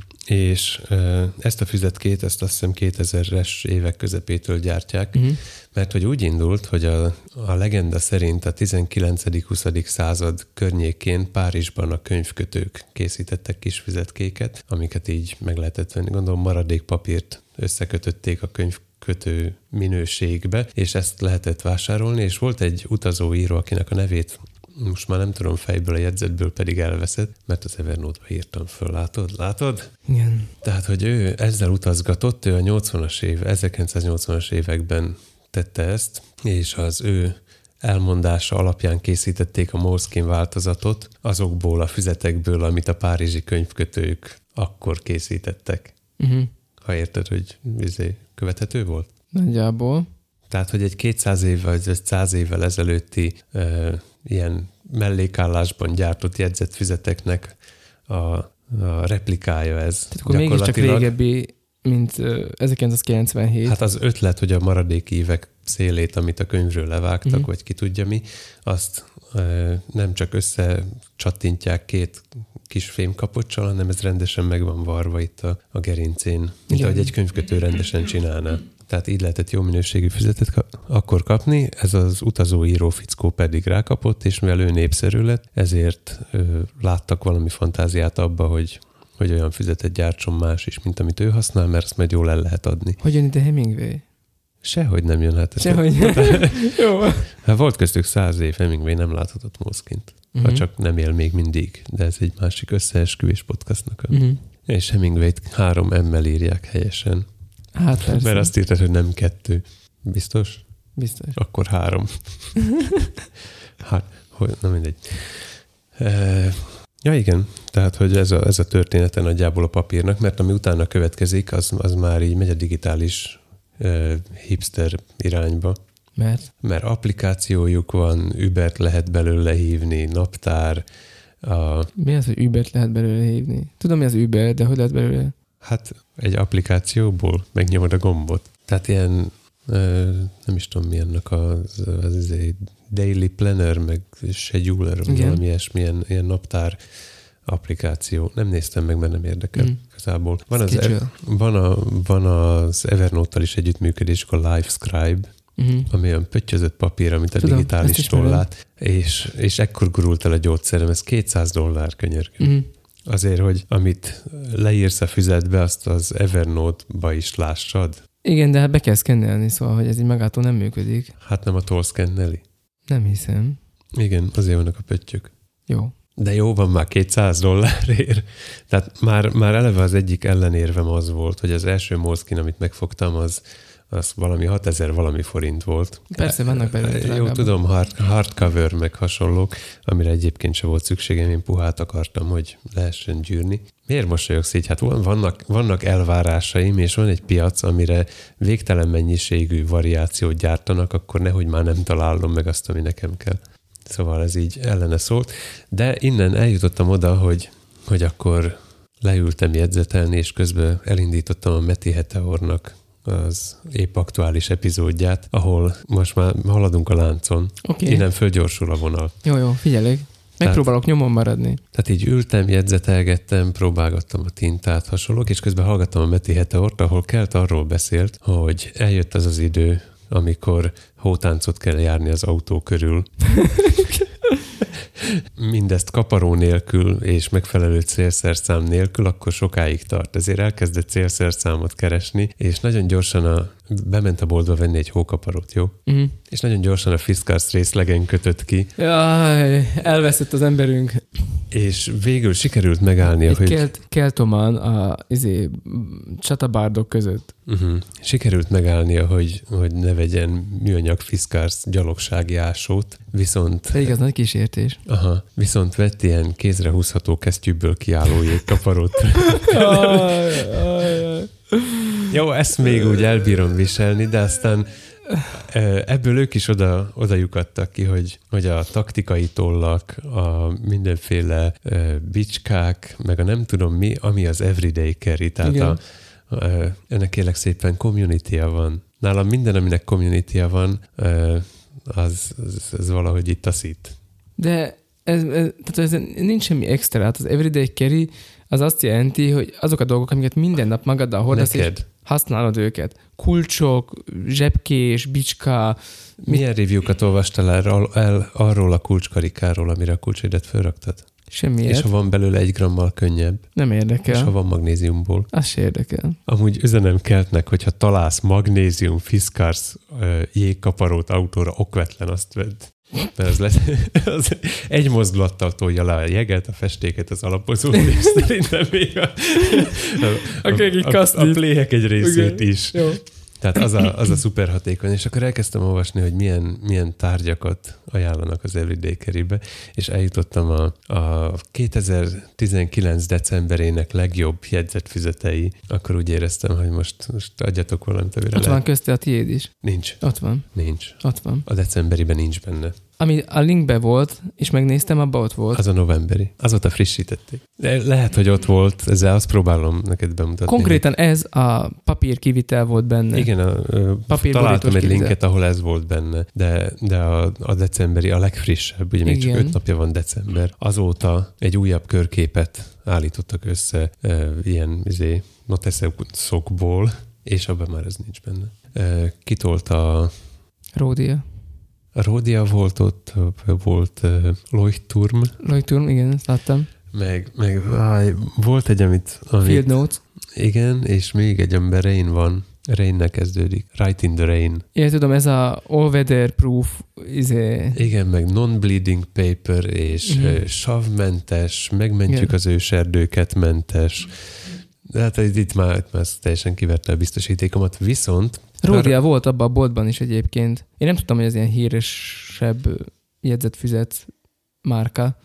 és ezt a füzetkét, ezt azt hiszem kétezres évek közepétől gyártják, uh-huh. mert hogy úgy indult, hogy a, a legenda szerint a tizenkilencedik-huszadik század környékén Párizsban a könyvkötők készítettek kis füzetkéket, amiket így meg lehetett venni. Gondolom maradék papírt összekötötték a könyvkötő minőségbe, és ezt lehetett vásárolni, és volt egy utazóíró, akinek a nevét most már nem tudom fejből, a jegyzetből pedig elveszett, mert az Evernote-ba írtam föl. Látod? Látod? Igen. Tehát, hogy ő ezzel utazgatott, ő a nyolcvanas év, ezerkilencszáznyolcvanas években tette ezt, és az ő elmondása alapján készítették a Moleskine változatot azokból a füzetekből, amit a párizsi könyvkötők akkor készítettek. Uh-huh. Ha érted, hogy izé, követhető volt? Nagyjából. Tehát, hogy egy kétszáz évvel, vagy száz évvel ezelőtti uh, ilyen mellékállásban gyártott jegyzetfüzeteknek a, a replikája ez. Tehát akkor mégiscsak régebbi, mint uh, ezerkilencszázkilencvenhét. Hát az ötlet, hogy a maradék évek szélét, amit a könyvről levágtak, uh-huh. vagy ki tudja mi, azt uh, nem csak összecsattintják két kis fémkapocsal, hanem ez rendesen meg van varva itt a, a gerincén, mint igen. ahogy egy könyvkötő rendesen csinálná. Tehát így lehetett jó minőségű füzetet ka- akkor kapni, ez az utazóíró fickó pedig rákapott, és mivel ő népszerű lett, ezért ö, láttak valami fantáziát abba, hogy, hogy olyan füzetet gyártson más is, mint amit ő használ, mert ezt majd jól el lehet adni. Hogy jön ide Hemingway? Sehogy nem jön, hát. Sehogy. Jó. Hát volt köztük száz év, Hemingway nem láthatott Moleskint. Uh-huh. Ha csak nem él még mindig, de ez egy másik összeesküvés podcastnak. A... Uh-huh. És Hemingwayt három emmel írják helyesen. Hát persze. Mert azt írtad, hogy nem kettő. Biztos? Biztos. Akkor három. hát, hogy, na mindegy. E, ja igen, tehát, hogy ez a, ez a története nagyjából a papírnak, mert ami utána következik, az, az már így megy a digitális e, hipster irányba. Mert? Mert applikációjuk van, Ubert lehet belőle hívni, naptár. A... Mi az, hogy Ubert lehet belőle hívni? Tudom, mi az Uber, de hogy lehet belőle? Hát egy applikációból megnyomod a gombot. Tehát ilyen, nem is tudom mi annak az, az, az daily planner, meg scheduler, vagy valami ilyesmi, ilyen, ilyen naptár applikáció. Nem néztem meg, mert nem érdekel mm. igazából. Van az, e- van, a, van az Evernote-tal is együttműködés, a LiveScribe, uh-huh. ami olyan pöttyözött papír, amit a tudom, digitális tollát, és, és ekkor gurult el a gyógyszerem, ez kétszáz dollár könyörgő. Uh-huh. Azért, hogy amit leírsz a füzetbe, azt az Evernote-ba is lássad. Igen, de hát be kell szkennelni, szóval, hogy ez így magától nem működik. Hát nem a toll szkenneli? Nem hiszem. Igen, azért vannak a pöttyök. Jó. De jó, van már kétszáz dollárért. Tehát már, már eleve az egyik ellenérvem az volt, hogy az első Moleskine, amit megfogtam, az az valami hatezer valami forint volt. Persze, vannak belőle. Jó, tudom, hard, hardcover meg hasonlók, amire egyébként sem volt szükségem, én puhát akartam, hogy lehessen gyűrni. Miért mosolyogsz így? Hát vannak, vannak elvárásaim, és van egy piac, amire végtelen mennyiségű variációt gyártanak, akkor nehogy már nem találom meg azt, ami nekem kell. Szóval ez így ellene szólt. De innen eljutottam oda, hogy, hogy akkor leültem jegyzetelni, és közben elindítottam a Meti Heteornak az épp aktuális epizódját, ahol most már haladunk a láncon. Okay. Innen fölgyorsul a vonal. Jó, jó, figyelek. Megpróbálok nyomon maradni. Tehát így ültem, jegyzetelgettem, próbálgattam a tintát, hasonlók, és közben hallgattam a Meti Heteort, ahol Kelt arról beszélt, hogy eljött az az idő, amikor hótáncot kell járni az autó körül. Mindezt kaparó nélkül és megfelelő célszerszám nélkül, akkor sokáig tart. Ezért elkezdett célszerszámot keresni, és nagyon gyorsan a, bement a boltba venni egy hókaparót, jó? Uh-huh. És nagyon gyorsan a Fiskars részlegen kötött ki. Jaj, elveszett az emberünk. És végül sikerült megállnia, egy hogy... Kelt, Keltoman a izé, csatabárdok között. Uh-huh. Sikerült megállnia, hogy, hogy ne vegyen műanyag Fiskars gyalogsági ásót, viszont... Pedig az nagy kísértés. Aha, viszont vett ilyen kézre húzható kesztyűből kiálló jégkaparót. Aj, aj, aj. Jó, ezt még úgy elbírom viselni, de aztán ebből ők is oda, oda lyukadtak ki, hogy, hogy a taktikai tollak, a mindenféle bicskák, meg a nem tudom mi, ami az everyday carry, tehát a, a, ennek kérlek szépen community-ja van. Nálam minden, aminek community-ja van, az, az, az valahogy itt taszít. De ez, ez, tehát ez nincs semmi extra. Hát az everyday carry az azt jelenti, hogy azok a dolgok, amiket minden nap magaddal hordasz, Neked. és használod őket. Kulcsok, zsebkés, bicska. Milyen review-kat olvastál el, el arról a kulcskarikáról, amire a kulcsaidat felraktad? Semmiért. És ha van belőle egy grammal könnyebb. Nem érdekel. És ha van magnéziumból. Az se érdekel. Amúgy üzenem Keltnek, hogyha találsz magnézium Fiskars uh, jégkaparót autóra, okvetlen azt vedd. Mert az, lesz, az egy mozdulattal tolja le a jeget, a festéket, az alapozót, és szerintem még a, a, a, a, a pléhek egy részét okay. is. Jó. Tehát az a, az a szuper hatékony. És akkor elkezdtem olvasni, hogy milyen, milyen tárgyakat ajánlanak az Everyday Carry-be, és eljutottam a, a kétezer-tizenkilenc decemberének legjobb jegyzetfüzetei. Akkor úgy éreztem, hogy most, most adjatok valamit, amire Ott lehet. van közte a tiéd is. Nincs. Ott van. Nincs. Ott van. A decemberiben nincs benne. Ami a linkbe volt, és megnéztem, abban ott volt. Az a novemberi. Azóta frissítették. De lehet, hogy ott volt, ezzel azt próbálom neked bemutatni. Konkrétan ez a papír kivitel volt benne. Igen, a, a, találtam egy kivitel. linket, ahol ez volt benne, de, de a, a decemberi a legfrissebb, ugye még Igen. csak öt napja van december. Azóta egy újabb körképet állítottak össze e, ilyen izé, noteszokból, és abban már ez nincs benne. E, kitolta a... Ródia. A Ródia volt ott, volt uh, Leuchtturm. Leuchtturm, igen, ezt láttam. Meg, meg áj, volt egy, amit, amit... Field Notes. Igen, és még egy, amiben Rain van. Rain-nek kezdődik. Right in the Rain. Igen, tudom, ez a all-weather proof izé... Igen, meg non-bleeding paper, és mm-hmm. uh, savmentes, megmentjük Igen. az őserdőket mentes. De hát itt már, itt már teljesen kiverte a biztosítékomat, viszont... Ródia volt abban a boltban is egyébként. Én nem tudtam, hogy ez ilyen híresebb jegyzetfüzet márka.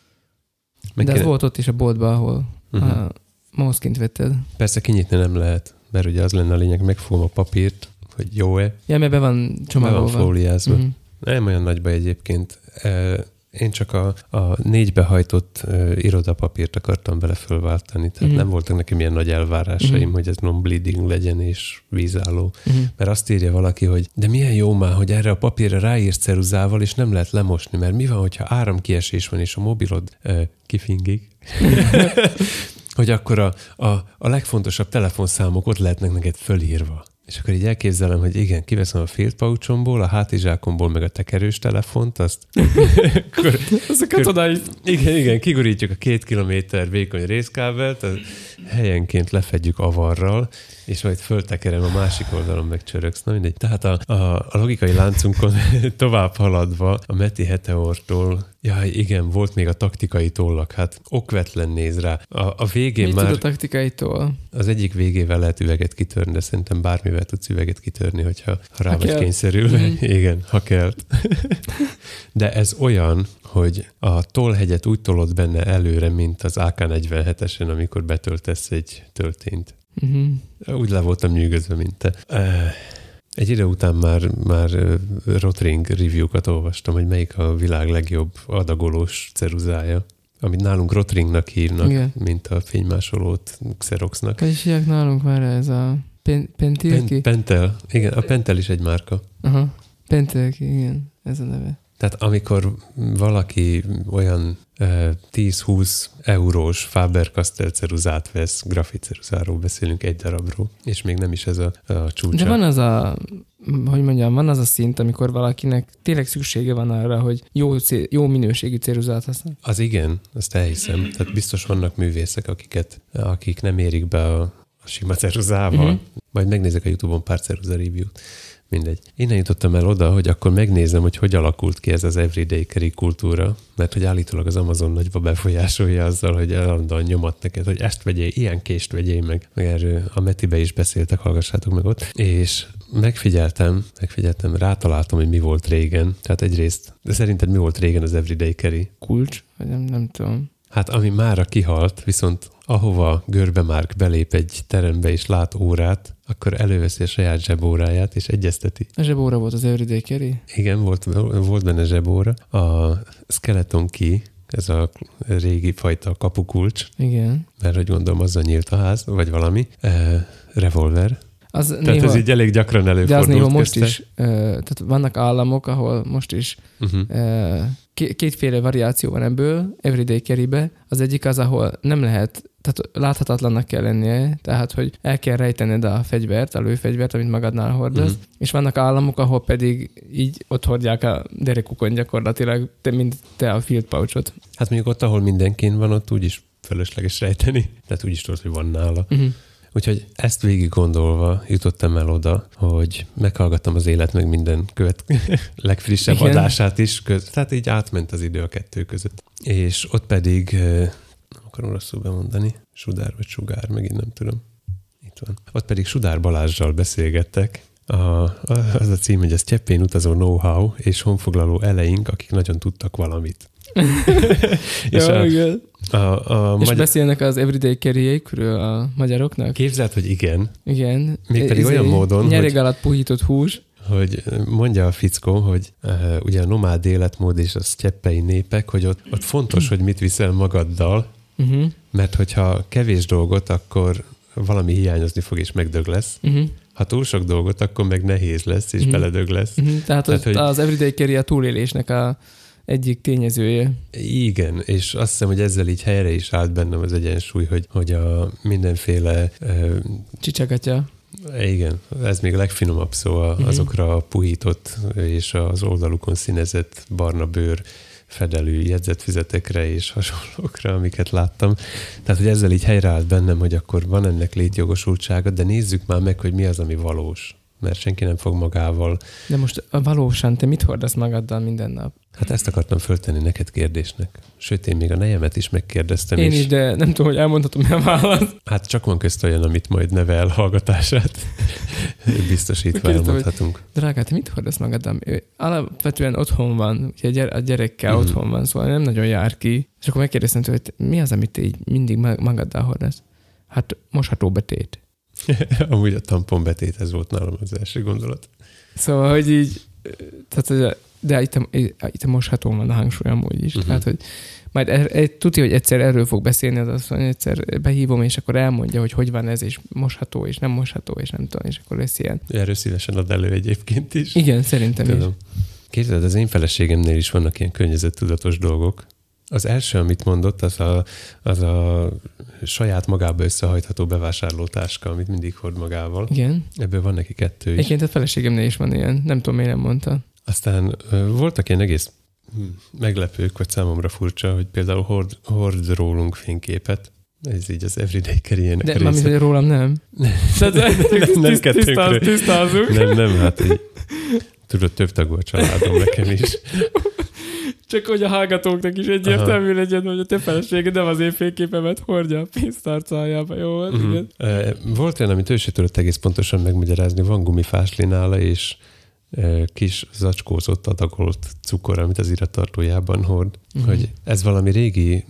Meg de ez volt ott is a boltban, ahol uh-huh. a mauszként vetted. Persze kinyitni nem lehet, mert ugye az lenne a lényeg, megfogom a papírt, hogy jó-e. Ja, mert be van csomagolva. Be van fóliázva. Uh-huh. Nem olyan nagy baj egyébként. Én csak a, a négybehajtott uh, irodapapírt akartam bele fölváltani, tehát uh-huh. nem voltak nekem ilyen nagy elvárásaim, uh-huh. hogy ez non-bleeding legyen és vízálló. Uh-huh. Mert azt írja valaki, hogy de milyen jó már, hogy erre a papírra ráírsz ceruzával, és nem lehet lemosni, mert mi van, hogyha áramkiesés van, és a mobilod uh, kifingik? Hogy akkor a, a, a legfontosabb telefonszámok ott lehetnek neked fölírva. És akkor így elképzelem, hogy igen, kiveszem a field pouchomból, a hátizsákomból, meg a tekerős telefont, azt... akkor, Azokat odáig. Igen, igen, kigurítjuk a két kilométer vékony részkábelt, helyenként lefedjük avarral, és majd föltekerem a másik oldalon, meg csöröksz. Na mindegy. Tehát a, a, a logikai láncunkon tovább haladva a Meti Heteortól, jaj, igen, volt még a taktikai tollak, hát okvetlen néz rá. A, a végén Mit már... tud a taktikai toll? Az egyik végével lehet üveget kitörni, de szerintem bármivel tudsz üveget kitörni, hogyha ha rá vagy kényszerülve. Mm. Igen, ha kell. De ez olyan, hogy a tollhegyet úgy tolod benne előre, mint az á ká negyvenhetesen, amikor betöltesz egy töltényt. Mm-hmm. Úgy le voltam nyűgözve, mint te. Egy idő után már, már Rotring review-kat olvastam, hogy melyik a világ legjobb adagolós ceruzája, amit nálunk Rotringnak hívnak, Igen. mint a fénymásolót Xeroxnak. Hogy is hívják nálunk már ez a pen, Pentilki? Pen, Pentel. Igen, a Pentel is egy márka. Aha, Pentelki, igen, ez a neve. Tehát amikor valaki olyan tíz-húsz eurós Faber-Castell ceruzát vesz, grafitceruzáról beszélünk, egy darabról, és még nem is ez a, a csúcsa. De van az a, hogy mondjam, van az a szint, amikor valakinek tényleg szüksége van arra, hogy jó, jó minőségű ceruzát használ. Az igen, azt elhiszem. Tehát biztos vannak művészek, akiket, akik nem érik be a, a sima ceruzával. Uh-huh. Majd megnézek a YouTube-on pár ceruza review-t. Mindegy. Innen jutottam el oda, hogy akkor megnézem, hogy hogy alakult ki ez az everyday carry kultúra, mert hogy állítólag az Amazon nagyba befolyásolja azzal, hogy állandóan nyomat neked, hogy ezt vegyél, ilyen kést vegyél meg. Meg erről a Metibe is beszéltek, hallgassátok meg ott. És megfigyeltem, megfigyeltem, rátaláltam, hogy mi volt régen. Tehát egyrészt, de szerinted mi volt régen az everyday carry? Kulcs? Vagy nem, nem tudom. Hát ami mára kihalt, viszont ahova Görbe Márk belép egy terembe és lát órát, akkor előveszi a saját zsebóráját és egyezteti. A zsebóra volt az everyday carry? Igen, volt, volt benne zsebóra. A skeleton key, ez a régi fajta kapukulcs. Igen. Mert hogy gondolom azzal nyílt a ház, vagy valami. E, revolver. Az tehát néha, ez így elég gyakran előfordult. De az néha most is, uh, tehát vannak államok, ahol most is uh-huh. uh, kétféle variáció van ebből, everyday carry-be. Az egyik az, ahol nem lehet, tehát láthatatlannak kell lennie, tehát hogy el kell rejtened a fegyvert, a lőfegyvert, amit magadnál hordasz, uh-huh. és vannak államok, ahol pedig így ott hordják a derekukon gyakorlatilag, te, mint te a field pouchot. Hát mondjuk ott, ahol mindenkin van, ott úgyis fölösleges rejteni, tehát úgyis tudod, hogy van nála. Uh-huh. Úgyhogy ezt végig gondolva jutottam el oda, hogy meghallgattam az Élet meg minden követ legfrissebb igen. adását is, köz, tehát így átment az idő a kettő között. És ott pedig, nem akarom rosszul bemondani, Sudár vagy Sugár, megint nem tudom. Itt van. Ott pedig Sudár Balázssal beszélgettek. A, az a cím, hogy ez Cseppén utazó know-how és honfoglaló eleink, akik nagyon tudtak valamit. és ja, a, igen. A, a és magyar... beszélnek az everyday carry-ekről a magyaroknak? Képzeld, hogy igen. Igen. Mégpedig olyan módon, nyereg alatt puhított hús. Hogy mondja a fickó, hogy uh, ugye a nomád életmód és a sztyeppei népek, hogy ott, ott fontos, hogy mit viszel magaddal, uh-huh. mert hogyha kevés dolgot, akkor valami hiányozni fog és megdög lesz. Uh-huh. Ha túl sok dolgot, akkor meg nehéz lesz és uh-huh. beledög lesz. Uh-huh. Tehát, Tehát hogy az everyday carry a túlélésnek a egyik tényezője. Igen, és azt hiszem, hogy ezzel így helyre is állt bennem az egyensúly, hogy, hogy a mindenféle... Uh, Csicsagatja. Igen, ez még a legfinomabb szó uh-huh. azokra a puhított és az oldalukon színezett barna bőr fedelű jegyzetfüzetekre és hasonlókra, amiket láttam. Tehát, hogy ezzel így helyreállt bennem, hogy akkor van ennek létjogosultsága, de nézzük már meg, hogy mi az, ami valós. Mert senki nem fog magával... De most valósan te mit hordasz magaddal minden nap? Hát ezt akartam föltenni neked kérdésnek. Sőt, én még a nejemet is megkérdeztem. Én is, is, de nem tudom, hogy elmondhatom, mi a válasz. Hát csak van közt olyan, amit majd neve elhallgatását biztosítva elmondhatunk. Hogy, drágát, te mit hordasz magaddal? Alapvetően otthon van, ugye a gyerekkel mm-hmm. otthon van, szóval nem nagyon jár ki. És akkor megkérdeztem tőle, hogy mi az, amit te így mindig magaddal hordasz? Hát mosható betét. Amúgy a tamponbetét, ez volt nálam az első gondolat. Szóval, hogy így, tehát, de itt a, itt a moshatón van a hangsúly amúgy is. Uh-huh. Tehát, hogy majd er, er, tudja, hogy egyszer erről fog beszélni, az azt mondja, egyszer behívom, és akkor elmondja, hogy hogy van ez, és mosható, és nem mosható, és nem tudom, és akkor lesz ilyen. Erről szívesen ad elő egyébként is. Igen, szerintem tudom. is. Képzeld, az én feleségemnél is vannak ilyen környezettudatos dolgok. Az első, amit mondott, az a, az a saját magába összehajtható bevásárlótáska, amit mindig hord magával. Igen. Ebből van neki kettő is. Egyébként a feleségemnél is van ilyen. Nem tudom, miért nem mondta. Aztán voltak ilyen egész meglepők, vagy számomra furcsa, hogy például hord, hord rólunk fényképet. Ez így az everyday carry-ének De mármint, hogy rólam nem. nem, nem tisztáz, tisztázunk. Nem, nem, hát így, tudod, több tagú a családom nekem is. Csak hogy a hallgatóknak is egyértelmű legyen, hogy a te feleséged nem az én fényképemet hordja a pénztárcájába. Jó volt, uh-huh. igen. Volt olyan, amit ő se tudott egész pontosan megmagyarázni. Van gumifásli nála, és kis zacskózott adagolt cukor, amit az irattartójában hord. Uh-huh. Hogy ez valami régi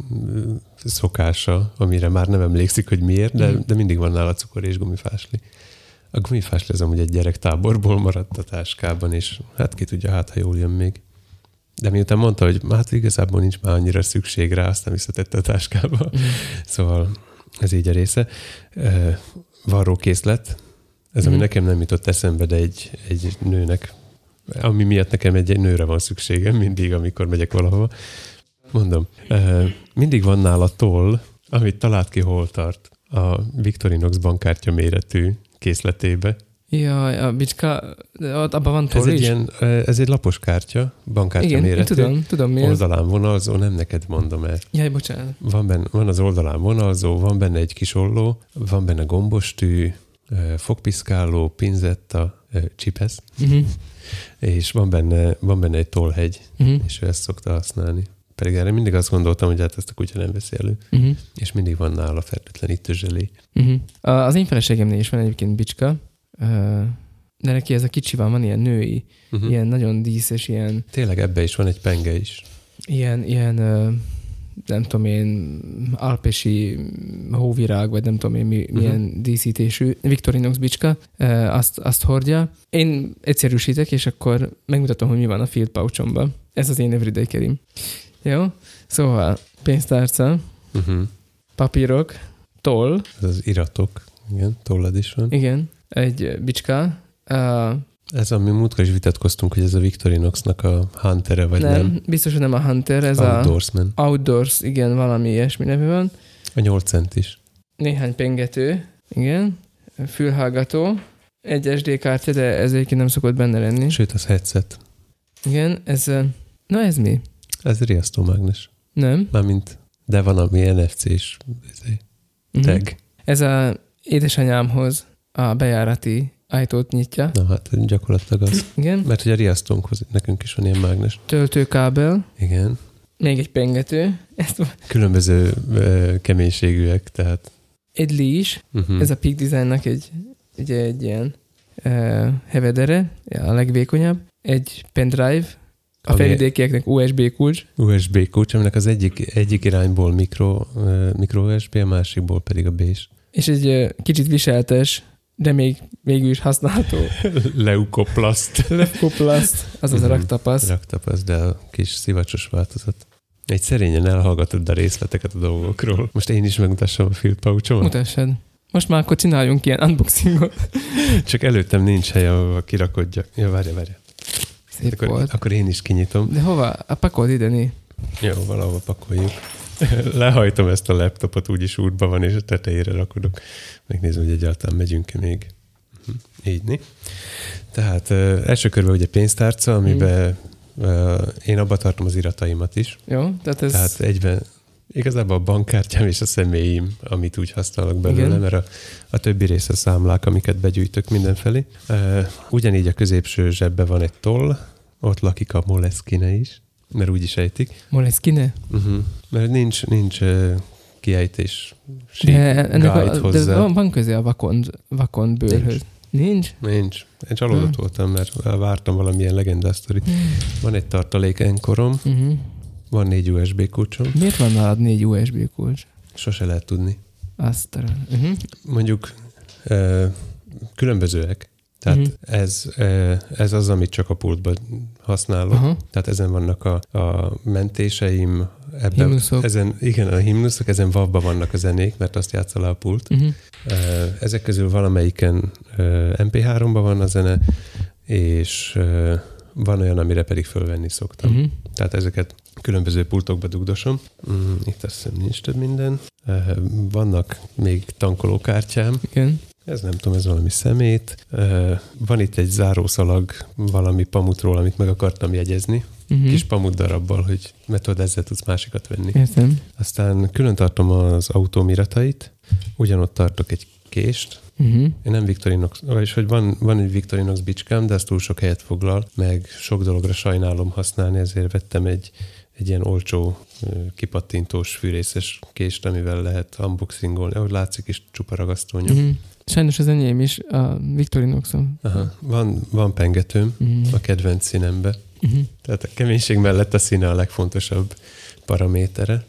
szokása, amire már nem emlékszik, hogy miért, de, uh-huh. de mindig van nála cukor és gumifásli. A gumifásli az amúgy egy gyerektáborból maradt a táskában, és hát ki tudja, hát ha jól jön még. De miután mondta, hogy hát igazából nincs már annyira szükség rá, aztán visszatette a táskába. Mm. Szóval ez így a része. Varrókészlet. Ez, ami mm. nekem nem jutott eszembe, de egy, egy nőnek ami miatt nekem egy nőre van szükségem mindig, amikor megyek valahova. Mondom, mindig van nála toll, amit talált ki hol tart a Victorinox bankkártya méretű készletébe. Jaj, a bicska, abban van toll ez egy is? Ilyen, ez egy lapos kártya, bankkártya Igen, méretű. Igen, tudom, tudom mi ez. Oldalán vonalzó, nem neked mondom el. Jaj, bocsánat. Van, benne, van az oldalán vonalzó, van benne egy kis olló, van benne gombostű, fogpiszkáló, pinzetta, csipesz, uh-huh. és van benne, van benne egy tollhegy, uh-huh. és ő ezt szokta használni. Pedig erre mindig azt gondoltam, hogy hát ezt a kutya nem veszi elő. Uh-huh. És mindig van nála fertőtlenítő zselé. Uh-huh. Az én feleségemnél is van egyébként bicska, de neki ez a kicsi van, van ilyen női, uh-huh. ilyen nagyon díszes, ilyen... Tényleg ebbe is van egy penge is. Ilyen, ilyen nem tudom én, alpesi hóvirág, vagy nem tudom én mi, uh-huh. milyen díszítésű Victorinox bicska, azt, azt hordja. Én egyszerűsítek, és akkor megmutatom, hogy mi van a field pouchomban. Ez az én everyday carrym. Jó? Szóval pénztárca, uh-huh. papírok, toll. Ez az iratok, igen, tollad is van. Igen, egy bicska. Uh, ez, ami múltkor is vitatkoztunk, hogy ez a Victorinoxnak a Hunter-e, vagy nem? Nem, biztos, hogy nem a Hunter, ez Outdoorsman. a Outdoors, igen, valami ilyesmi nevű van. A nyolc centis. Néhány pengető, igen, fülhallgató, egy es dé kártya, de ez egyébként nem szokott benne lenni. Sőt, az headset. Igen, ez, na ez mi? Ez riasztómágnes. Nem. Mármint, de van ami en ef cés tag. Uh-huh. Ez a édesanyámhoz a bejárati ajtót nyitja. Na hát gyakorlatilag az. Igen. Mert hogy a riasztónkhoz nekünk is van ilyen mágnes. Töltőkábel. Igen. Még egy pengető. Ezt... Különböző uh, keménységűek, tehát. Egy leash. Uh-huh. Ez a Peak Designnak egy, egy, egy ilyen uh, hevedere, a legvékonyabb. Egy pendrive. A felvidékieknek u es bé kulcs. u es bé kulcs, aminek az egyik, egyik irányból mikro, uh, mikro u es bé, a másikból pedig a bés. És egy uh, kicsit viseltes, de még végül is használható. Leukoplast. Leukoplast, azaz a raktapasz. Raktapasz, de a kis szivacsos változat. Egy szerényen elhallgatod a részleteket a dolgokról. Most én is megmutassam a field pouchomat. Mutassad. Most már akkor csináljunk ilyen unboxingot. Csak előttem nincs hely, ahol kirakodjak. Ja, várja, várja. Szép akkor, volt. Akkor én is kinyitom. De hova? A pakold ide, né? Jó, valahova pakoljuk. Lehajtom ezt a laptopot, úgyis útban van, és a tetejére rakodok. Megnézem, hogy egyáltalán megyünk-e még. Így, né? Tehát uh, első körben ugye pénztárca, amiben uh, én abba tartom az irataimat is. Jó, tehát ez... Tehát egyben igazából a bankkártyám és a személyim, amit úgy használok belőle, igen. Mert a, a többi része számlák, amiket begyűjtök mindenfelé. Uh, ugyanígy a középső zsebben van egy toll, ott lakik a Moleskine is, mert úgy is ejtik. Moleskine? Uh-huh. Mert nincs, nincs uh, kiejtés guide a, hozzá. De van, van közé a vakond, vakond bőrhöz. Nincs? Nincs. Én csalódott hmm. voltam, mert vártam valamilyen legendasztorit. Hmm. Van egy tartalék enkorom, uh-huh. van négy u es bé kulcsom. Miért van nálad négy u es bé kulcs? Sose lehet tudni. Azt uh-huh. Mondjuk uh, különbözőek. Tehát uh-huh. ez, uh, ez az, amit csak a pultban használok. Uh-huh. Tehát ezen vannak a, a mentéseim. Ebben, himnuszok. Ezen, igen, a himnuszok, ezen vavban vannak a zenék, mert azt játsza le a pult. Uh-huh. Uh, ezek közül valamelyiken uh, em pé háromban van a zene, és uh, van olyan, amire pedig fölvenni szoktam. Uh-huh. Tehát ezeket különböző pultokba dugdosom. Mm, itt azt hiszem nincs több minden. Uh, vannak még tankolókártyám. Igen. Ez nem tudom, ez valami szemét. Uh, van itt egy zárószalag valami pamutról, amit meg akartam jegyezni. Uh-huh. Kis pamut darabbal, hogy mert tudod, ezzel tudsz másikat venni. Értem. Aztán külön tartom az autóm iratait. Ugyanott tartok egy kést. Uh-huh. Én nem Victorinox, vagyis hogy van, van egy Victorinox bicskám, de az túl sok helyet foglal, meg sok dologra sajnálom használni, ezért vettem egy, egy ilyen olcsó, kipattintós, fűrészes kést, amivel lehet unboxingolni. Ahogy látszik is, csupa ragasztónyom. Uh-huh. Sajnos az enyém is a Victorinoxon. Aha. Van, van pengetőm uh-huh. a kedvenc színembe. Uh-huh. Tehát a keménység mellett a színe a legfontosabb paramétere.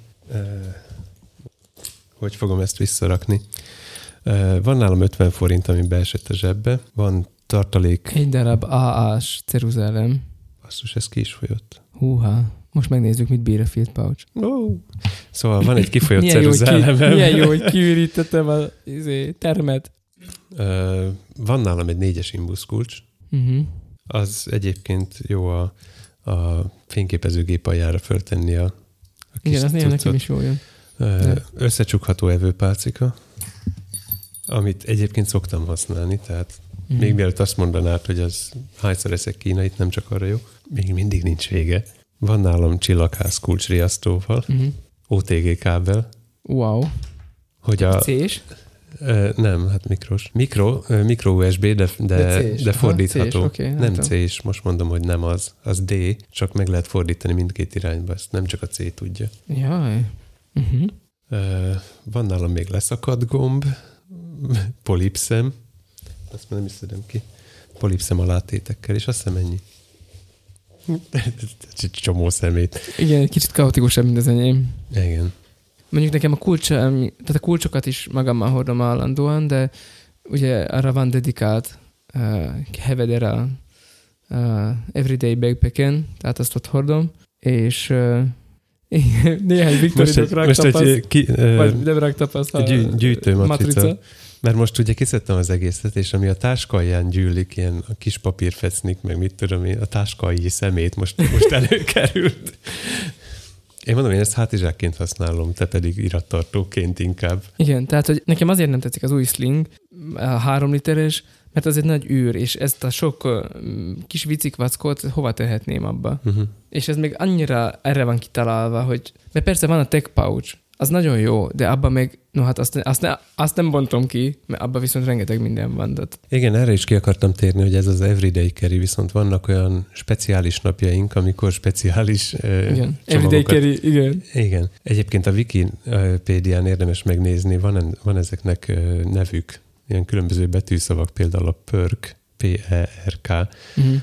Hogy fogom ezt visszarakni? Van nálam ötven forint, ami beesett a zsebbe. Van tartalék... Egy darab á ás ceruzellem. Basszus, ez ki is folyott. Húha. Most megnézzük, mit bír a field pouch. Oh. Szóval van egy kifolyott ceruzellemem. Milyen jó, hogy kiürítettem a izé, termet. Uh, van nálam egy négyes imbusz kulcs. Uh-huh. Az egyébként jó a, a fényképezőgép aljára föltenni a, a kis Igen, az néha nekem cuccot. is jól jön. De. Összecsukható evőpálcika, amit egyébként szoktam használni, tehát mm. még mielőtt azt mondanád, hogy az hányszor eszek kínait, nem csak arra jó, még mindig nincs vége. Van nálam csillagház kulcsriasztóval, mm-hmm. o té gé kábel. Wow. Hogy a, C-s? Nem, hát mikros. Mikro, mikro u es bé, de, de, de, de fordítható. Aha, C-s, okay, nem C-s, most mondom, hogy nem az. Az D, csak meg lehet fordítani mindkét irányba. Ezt nem csak a C tudja. Jaj. Uh-huh. Van nálam még leszakadt gomb, polipszem, azt már nem is szedem ki, polipszem alátétekkel, és azt hiszem ennyi. Egy csomó szemét. Igen, egy kicsit kaotikusabb, mint az enyém. Igen. Mondjuk nekem a kulcs, tehát a kulcsokat is magammal hordom állandóan, de ugye arra van dedikált uh, Hevedera uh, Everyday Backpacken, tehát azt ott hordom, és uh, néhány Victorinox raktapasz, ki, uh, vagy nem raktapasz, a gyű, gyűjtőmatrica. matrica. Mert most ugye kiszedtem az egészet, és ami a táskalján gyűlik, ilyen a kis papírfecnik, meg mit tudom én, a táskalji szemét most, most előkerült. Én mondom, én ezt hátizsákként használom, te pedig irattartóként inkább. Igen, tehát hogy nekem azért nem tetszik az új Sling, a három literes, mert az egy nagy űr, és ezt a sok uh, kis vicikvackot hova tehetném abba. Uh-huh. És ez még annyira erre van kitalálva, hogy... Mert persze van a tech pouch, az nagyon jó, de abban meg, no hát azt, azt, ne, azt nem bontom ki, mert abban viszont rengeteg minden van. De... Igen, erre is ki akartam térni, hogy ez az everyday carry, viszont vannak olyan speciális napjaink, amikor speciális igen. Everyday carry, igen. Igen. Egyébként a Wikipédián érdemes megnézni, van, van ezeknek nevük, ilyen különböző betűszavak, például a perk, P E R K, uh-huh.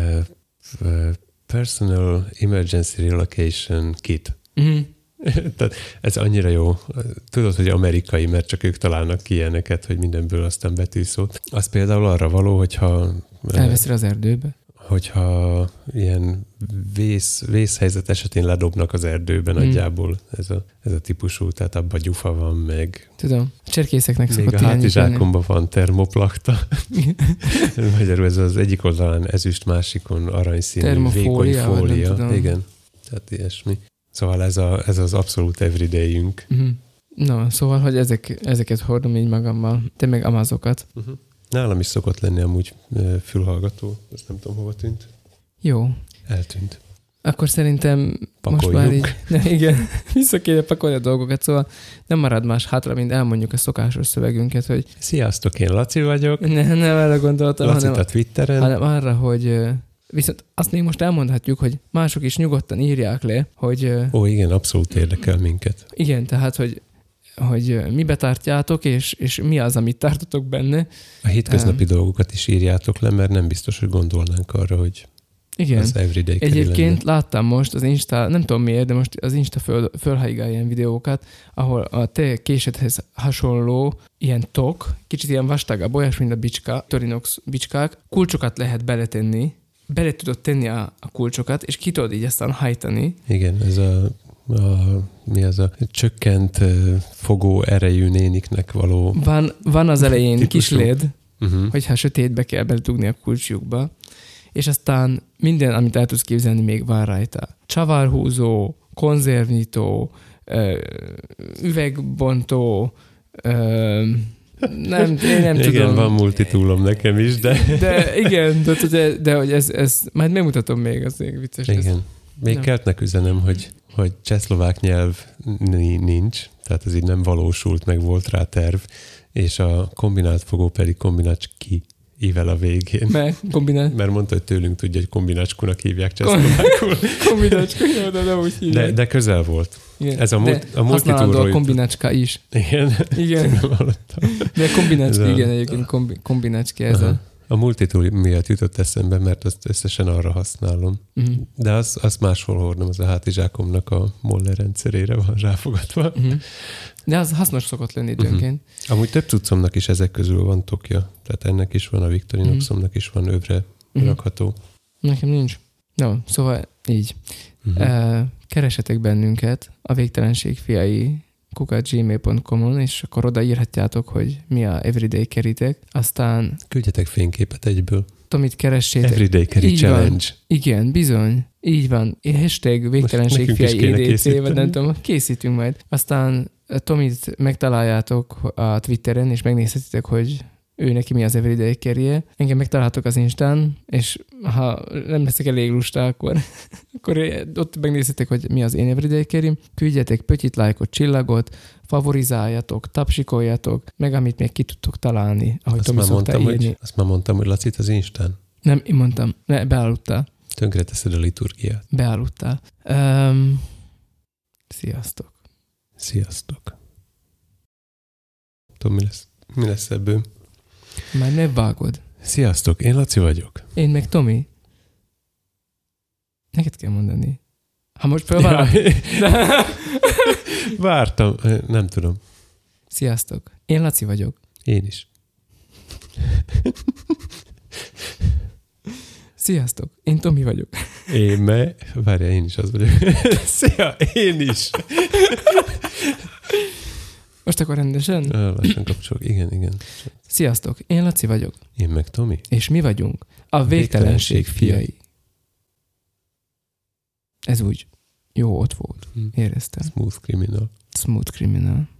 uh, Personal Emergency Relocation Kit. Uh-huh. Tehát ez annyira jó. Tudod, hogy amerikai, mert csak ők találnak ki ilyeneket, hogy mindenből aztán betűszót. Az például arra való, hogyha... Elveszél az erdőbe? Hogyha ilyen vész, vészhelyzet esetén ledobnak az erdőben hmm. nagyjából ez a, ez a típusú, tehát abban gyufa van meg. Tudom, a cserkészeknek még szokott a hátizsákomban van termoplakta. Magyarul ez az egyik oldalán ezüst, másikon aranyszínű, vékony fólia. Igen, tehát ilyesmi. Szóval ez, a, ez az abszolút everydayünk. Uh-huh. No, szóval, hogy ezek, ezeket hordom így magammal. Te meg Amazokat. Uh-huh. Nálam is szokott lenni amúgy fülhallgató. Ezt nem tudom, hova tűnt. Jó. Eltűnt. Akkor szerintem pakoljuk. Most már így... Ne, igen, vissza kéne pakolni a dolgokat, szóval nem marad más hátra, mint elmondjuk a szokásos szövegünket, hogy... Sziasztok, én Laci vagyok. Ne, nem erre gondoltam, Lacit hanem, a Twitteren. hanem arra, hogy... Viszont azt még most elmondhatjuk, hogy mások is nyugodtan írják le, hogy... Ó, igen, abszolút érdekel minket. Igen, tehát, hogy, hogy mibe tartjátok, és, és mi az, amit tartotok benne. A hétköznapi um, dolgokat is írjátok le, mert nem biztos, hogy gondolnánk arra, hogy igen. az everyday Egyébként lenne. Láttam most az Insta, nem tudom miért, de most az Insta föl, fölhaigál ilyen videókat, ahol a te késedhez hasonló ilyen tok, kicsit ilyen vastagabb, olyas, mint a bicska, Torinox bicskák, kulcsokat lehet beletenni, bele tudod tenni a, a kulcsokat, és ki tudod így aztán hajtani. Igen, ez a, a mi az a csökkent fogó erejű néniknek való... Van, van az elején kis led, uh-huh. hogyha sötétbe kell beledugni a kulcsjukba, és aztán minden, amit el tudsz képzelni, még van rajta. Csavarhúzó, konzervnyitó, üvegbontó, Nem, én nem igen, tudom. van multitúlom nekem is, de... De igen, de, de, de hogy ez, ez, majd megmutatom még, az még vicces. Igen. Ez. Még keltnek üzenem, hogy, hogy csehszlovák nyelv nincs, tehát ez így nem valósult, meg volt rá terv, és a kombinált fogó pedig kombinácski ível a végén. Mert kombinált? Mert mondta, hogy tőlünk tudja, hogy kombinácskunak hívják csehszlovákul. Kombinácska, de nem úgy hívják. De, de közel volt. Igen. Ez a, mult, a multitúró. A kombinácska is. Igen? Igen. De kombinácska, igen, egyébként kombi, kombinácska ez a... A multitúr miatt jutott eszembe, mert azt összesen arra használom. Uh-huh. De az, azt máshol hordom, az a hátizsákomnak a Moller rendszerére van ráfogatva. Uh-huh. De az hasznos szokott lenni időnként. Uh-huh. Amúgy több cuccomnak is ezek közül van tokja. Tehát ennek is van, a Victorinoxomnak uh-huh. is van övre uh-huh. rakható. Nekem nincs. No, szóval így. Uh-huh. Uh, keresetek bennünket a végtelenség fiai kukac gmail pont com-on, és akkor odaírhatjátok, hogy mi a everyday carry-tek. Aztán... Küldjetek fényképet egyből. Tomit keressétek. Everyday Carry Így Challenge. Van. Igen, bizony. Így van. Hashtag végtelenség fiai é dé cé, vagy nem tudom, készítünk majd. Aztán Tomit megtaláljátok a Twitteren, és megnézhetitek, hogy ő neki mi az Everyday Carry-je. Engem megtaláltok az Instán, és ha nem leszek elég lusta, akkor, akkor ott megnézhetek, hogy mi az én Everyday Carry-m. Küldjetek pötyit, lájkot, csillagot, favorizáljatok, tapsikoljatok, meg amit még ki tudtok találni, ahogy azt Tomi már szokta mondtam, írni. hogy, azt már mondtam, hogy Lacit az Instán. Nem, én mondtam. Ne, bealudtál. Tönkreteszed a liturgiát. Bealudtál. Um, sziasztok. Sziasztok. Tudom, mi lesz, mi lesz ebből? Már ne vágod. Sziasztok, én Laci vagyok. Én meg Tomi. Neked kell mondani. Ha most felvállal... Vártam, nem tudom. Sziasztok. Én Laci vagyok. Én is. Sziasztok. Én Tomi vagyok. Én me... Várjál, én is az vagyok. Szia, én is. Most akkor rendesen? Lassan kapcsolok. Igen, igen. Sziasztok. Én Laci vagyok. Én meg Tomi. És mi vagyunk a végtelenség fiai. Ez úgy jó ott volt. Éreztem. Smooth Criminal. Smooth Criminal.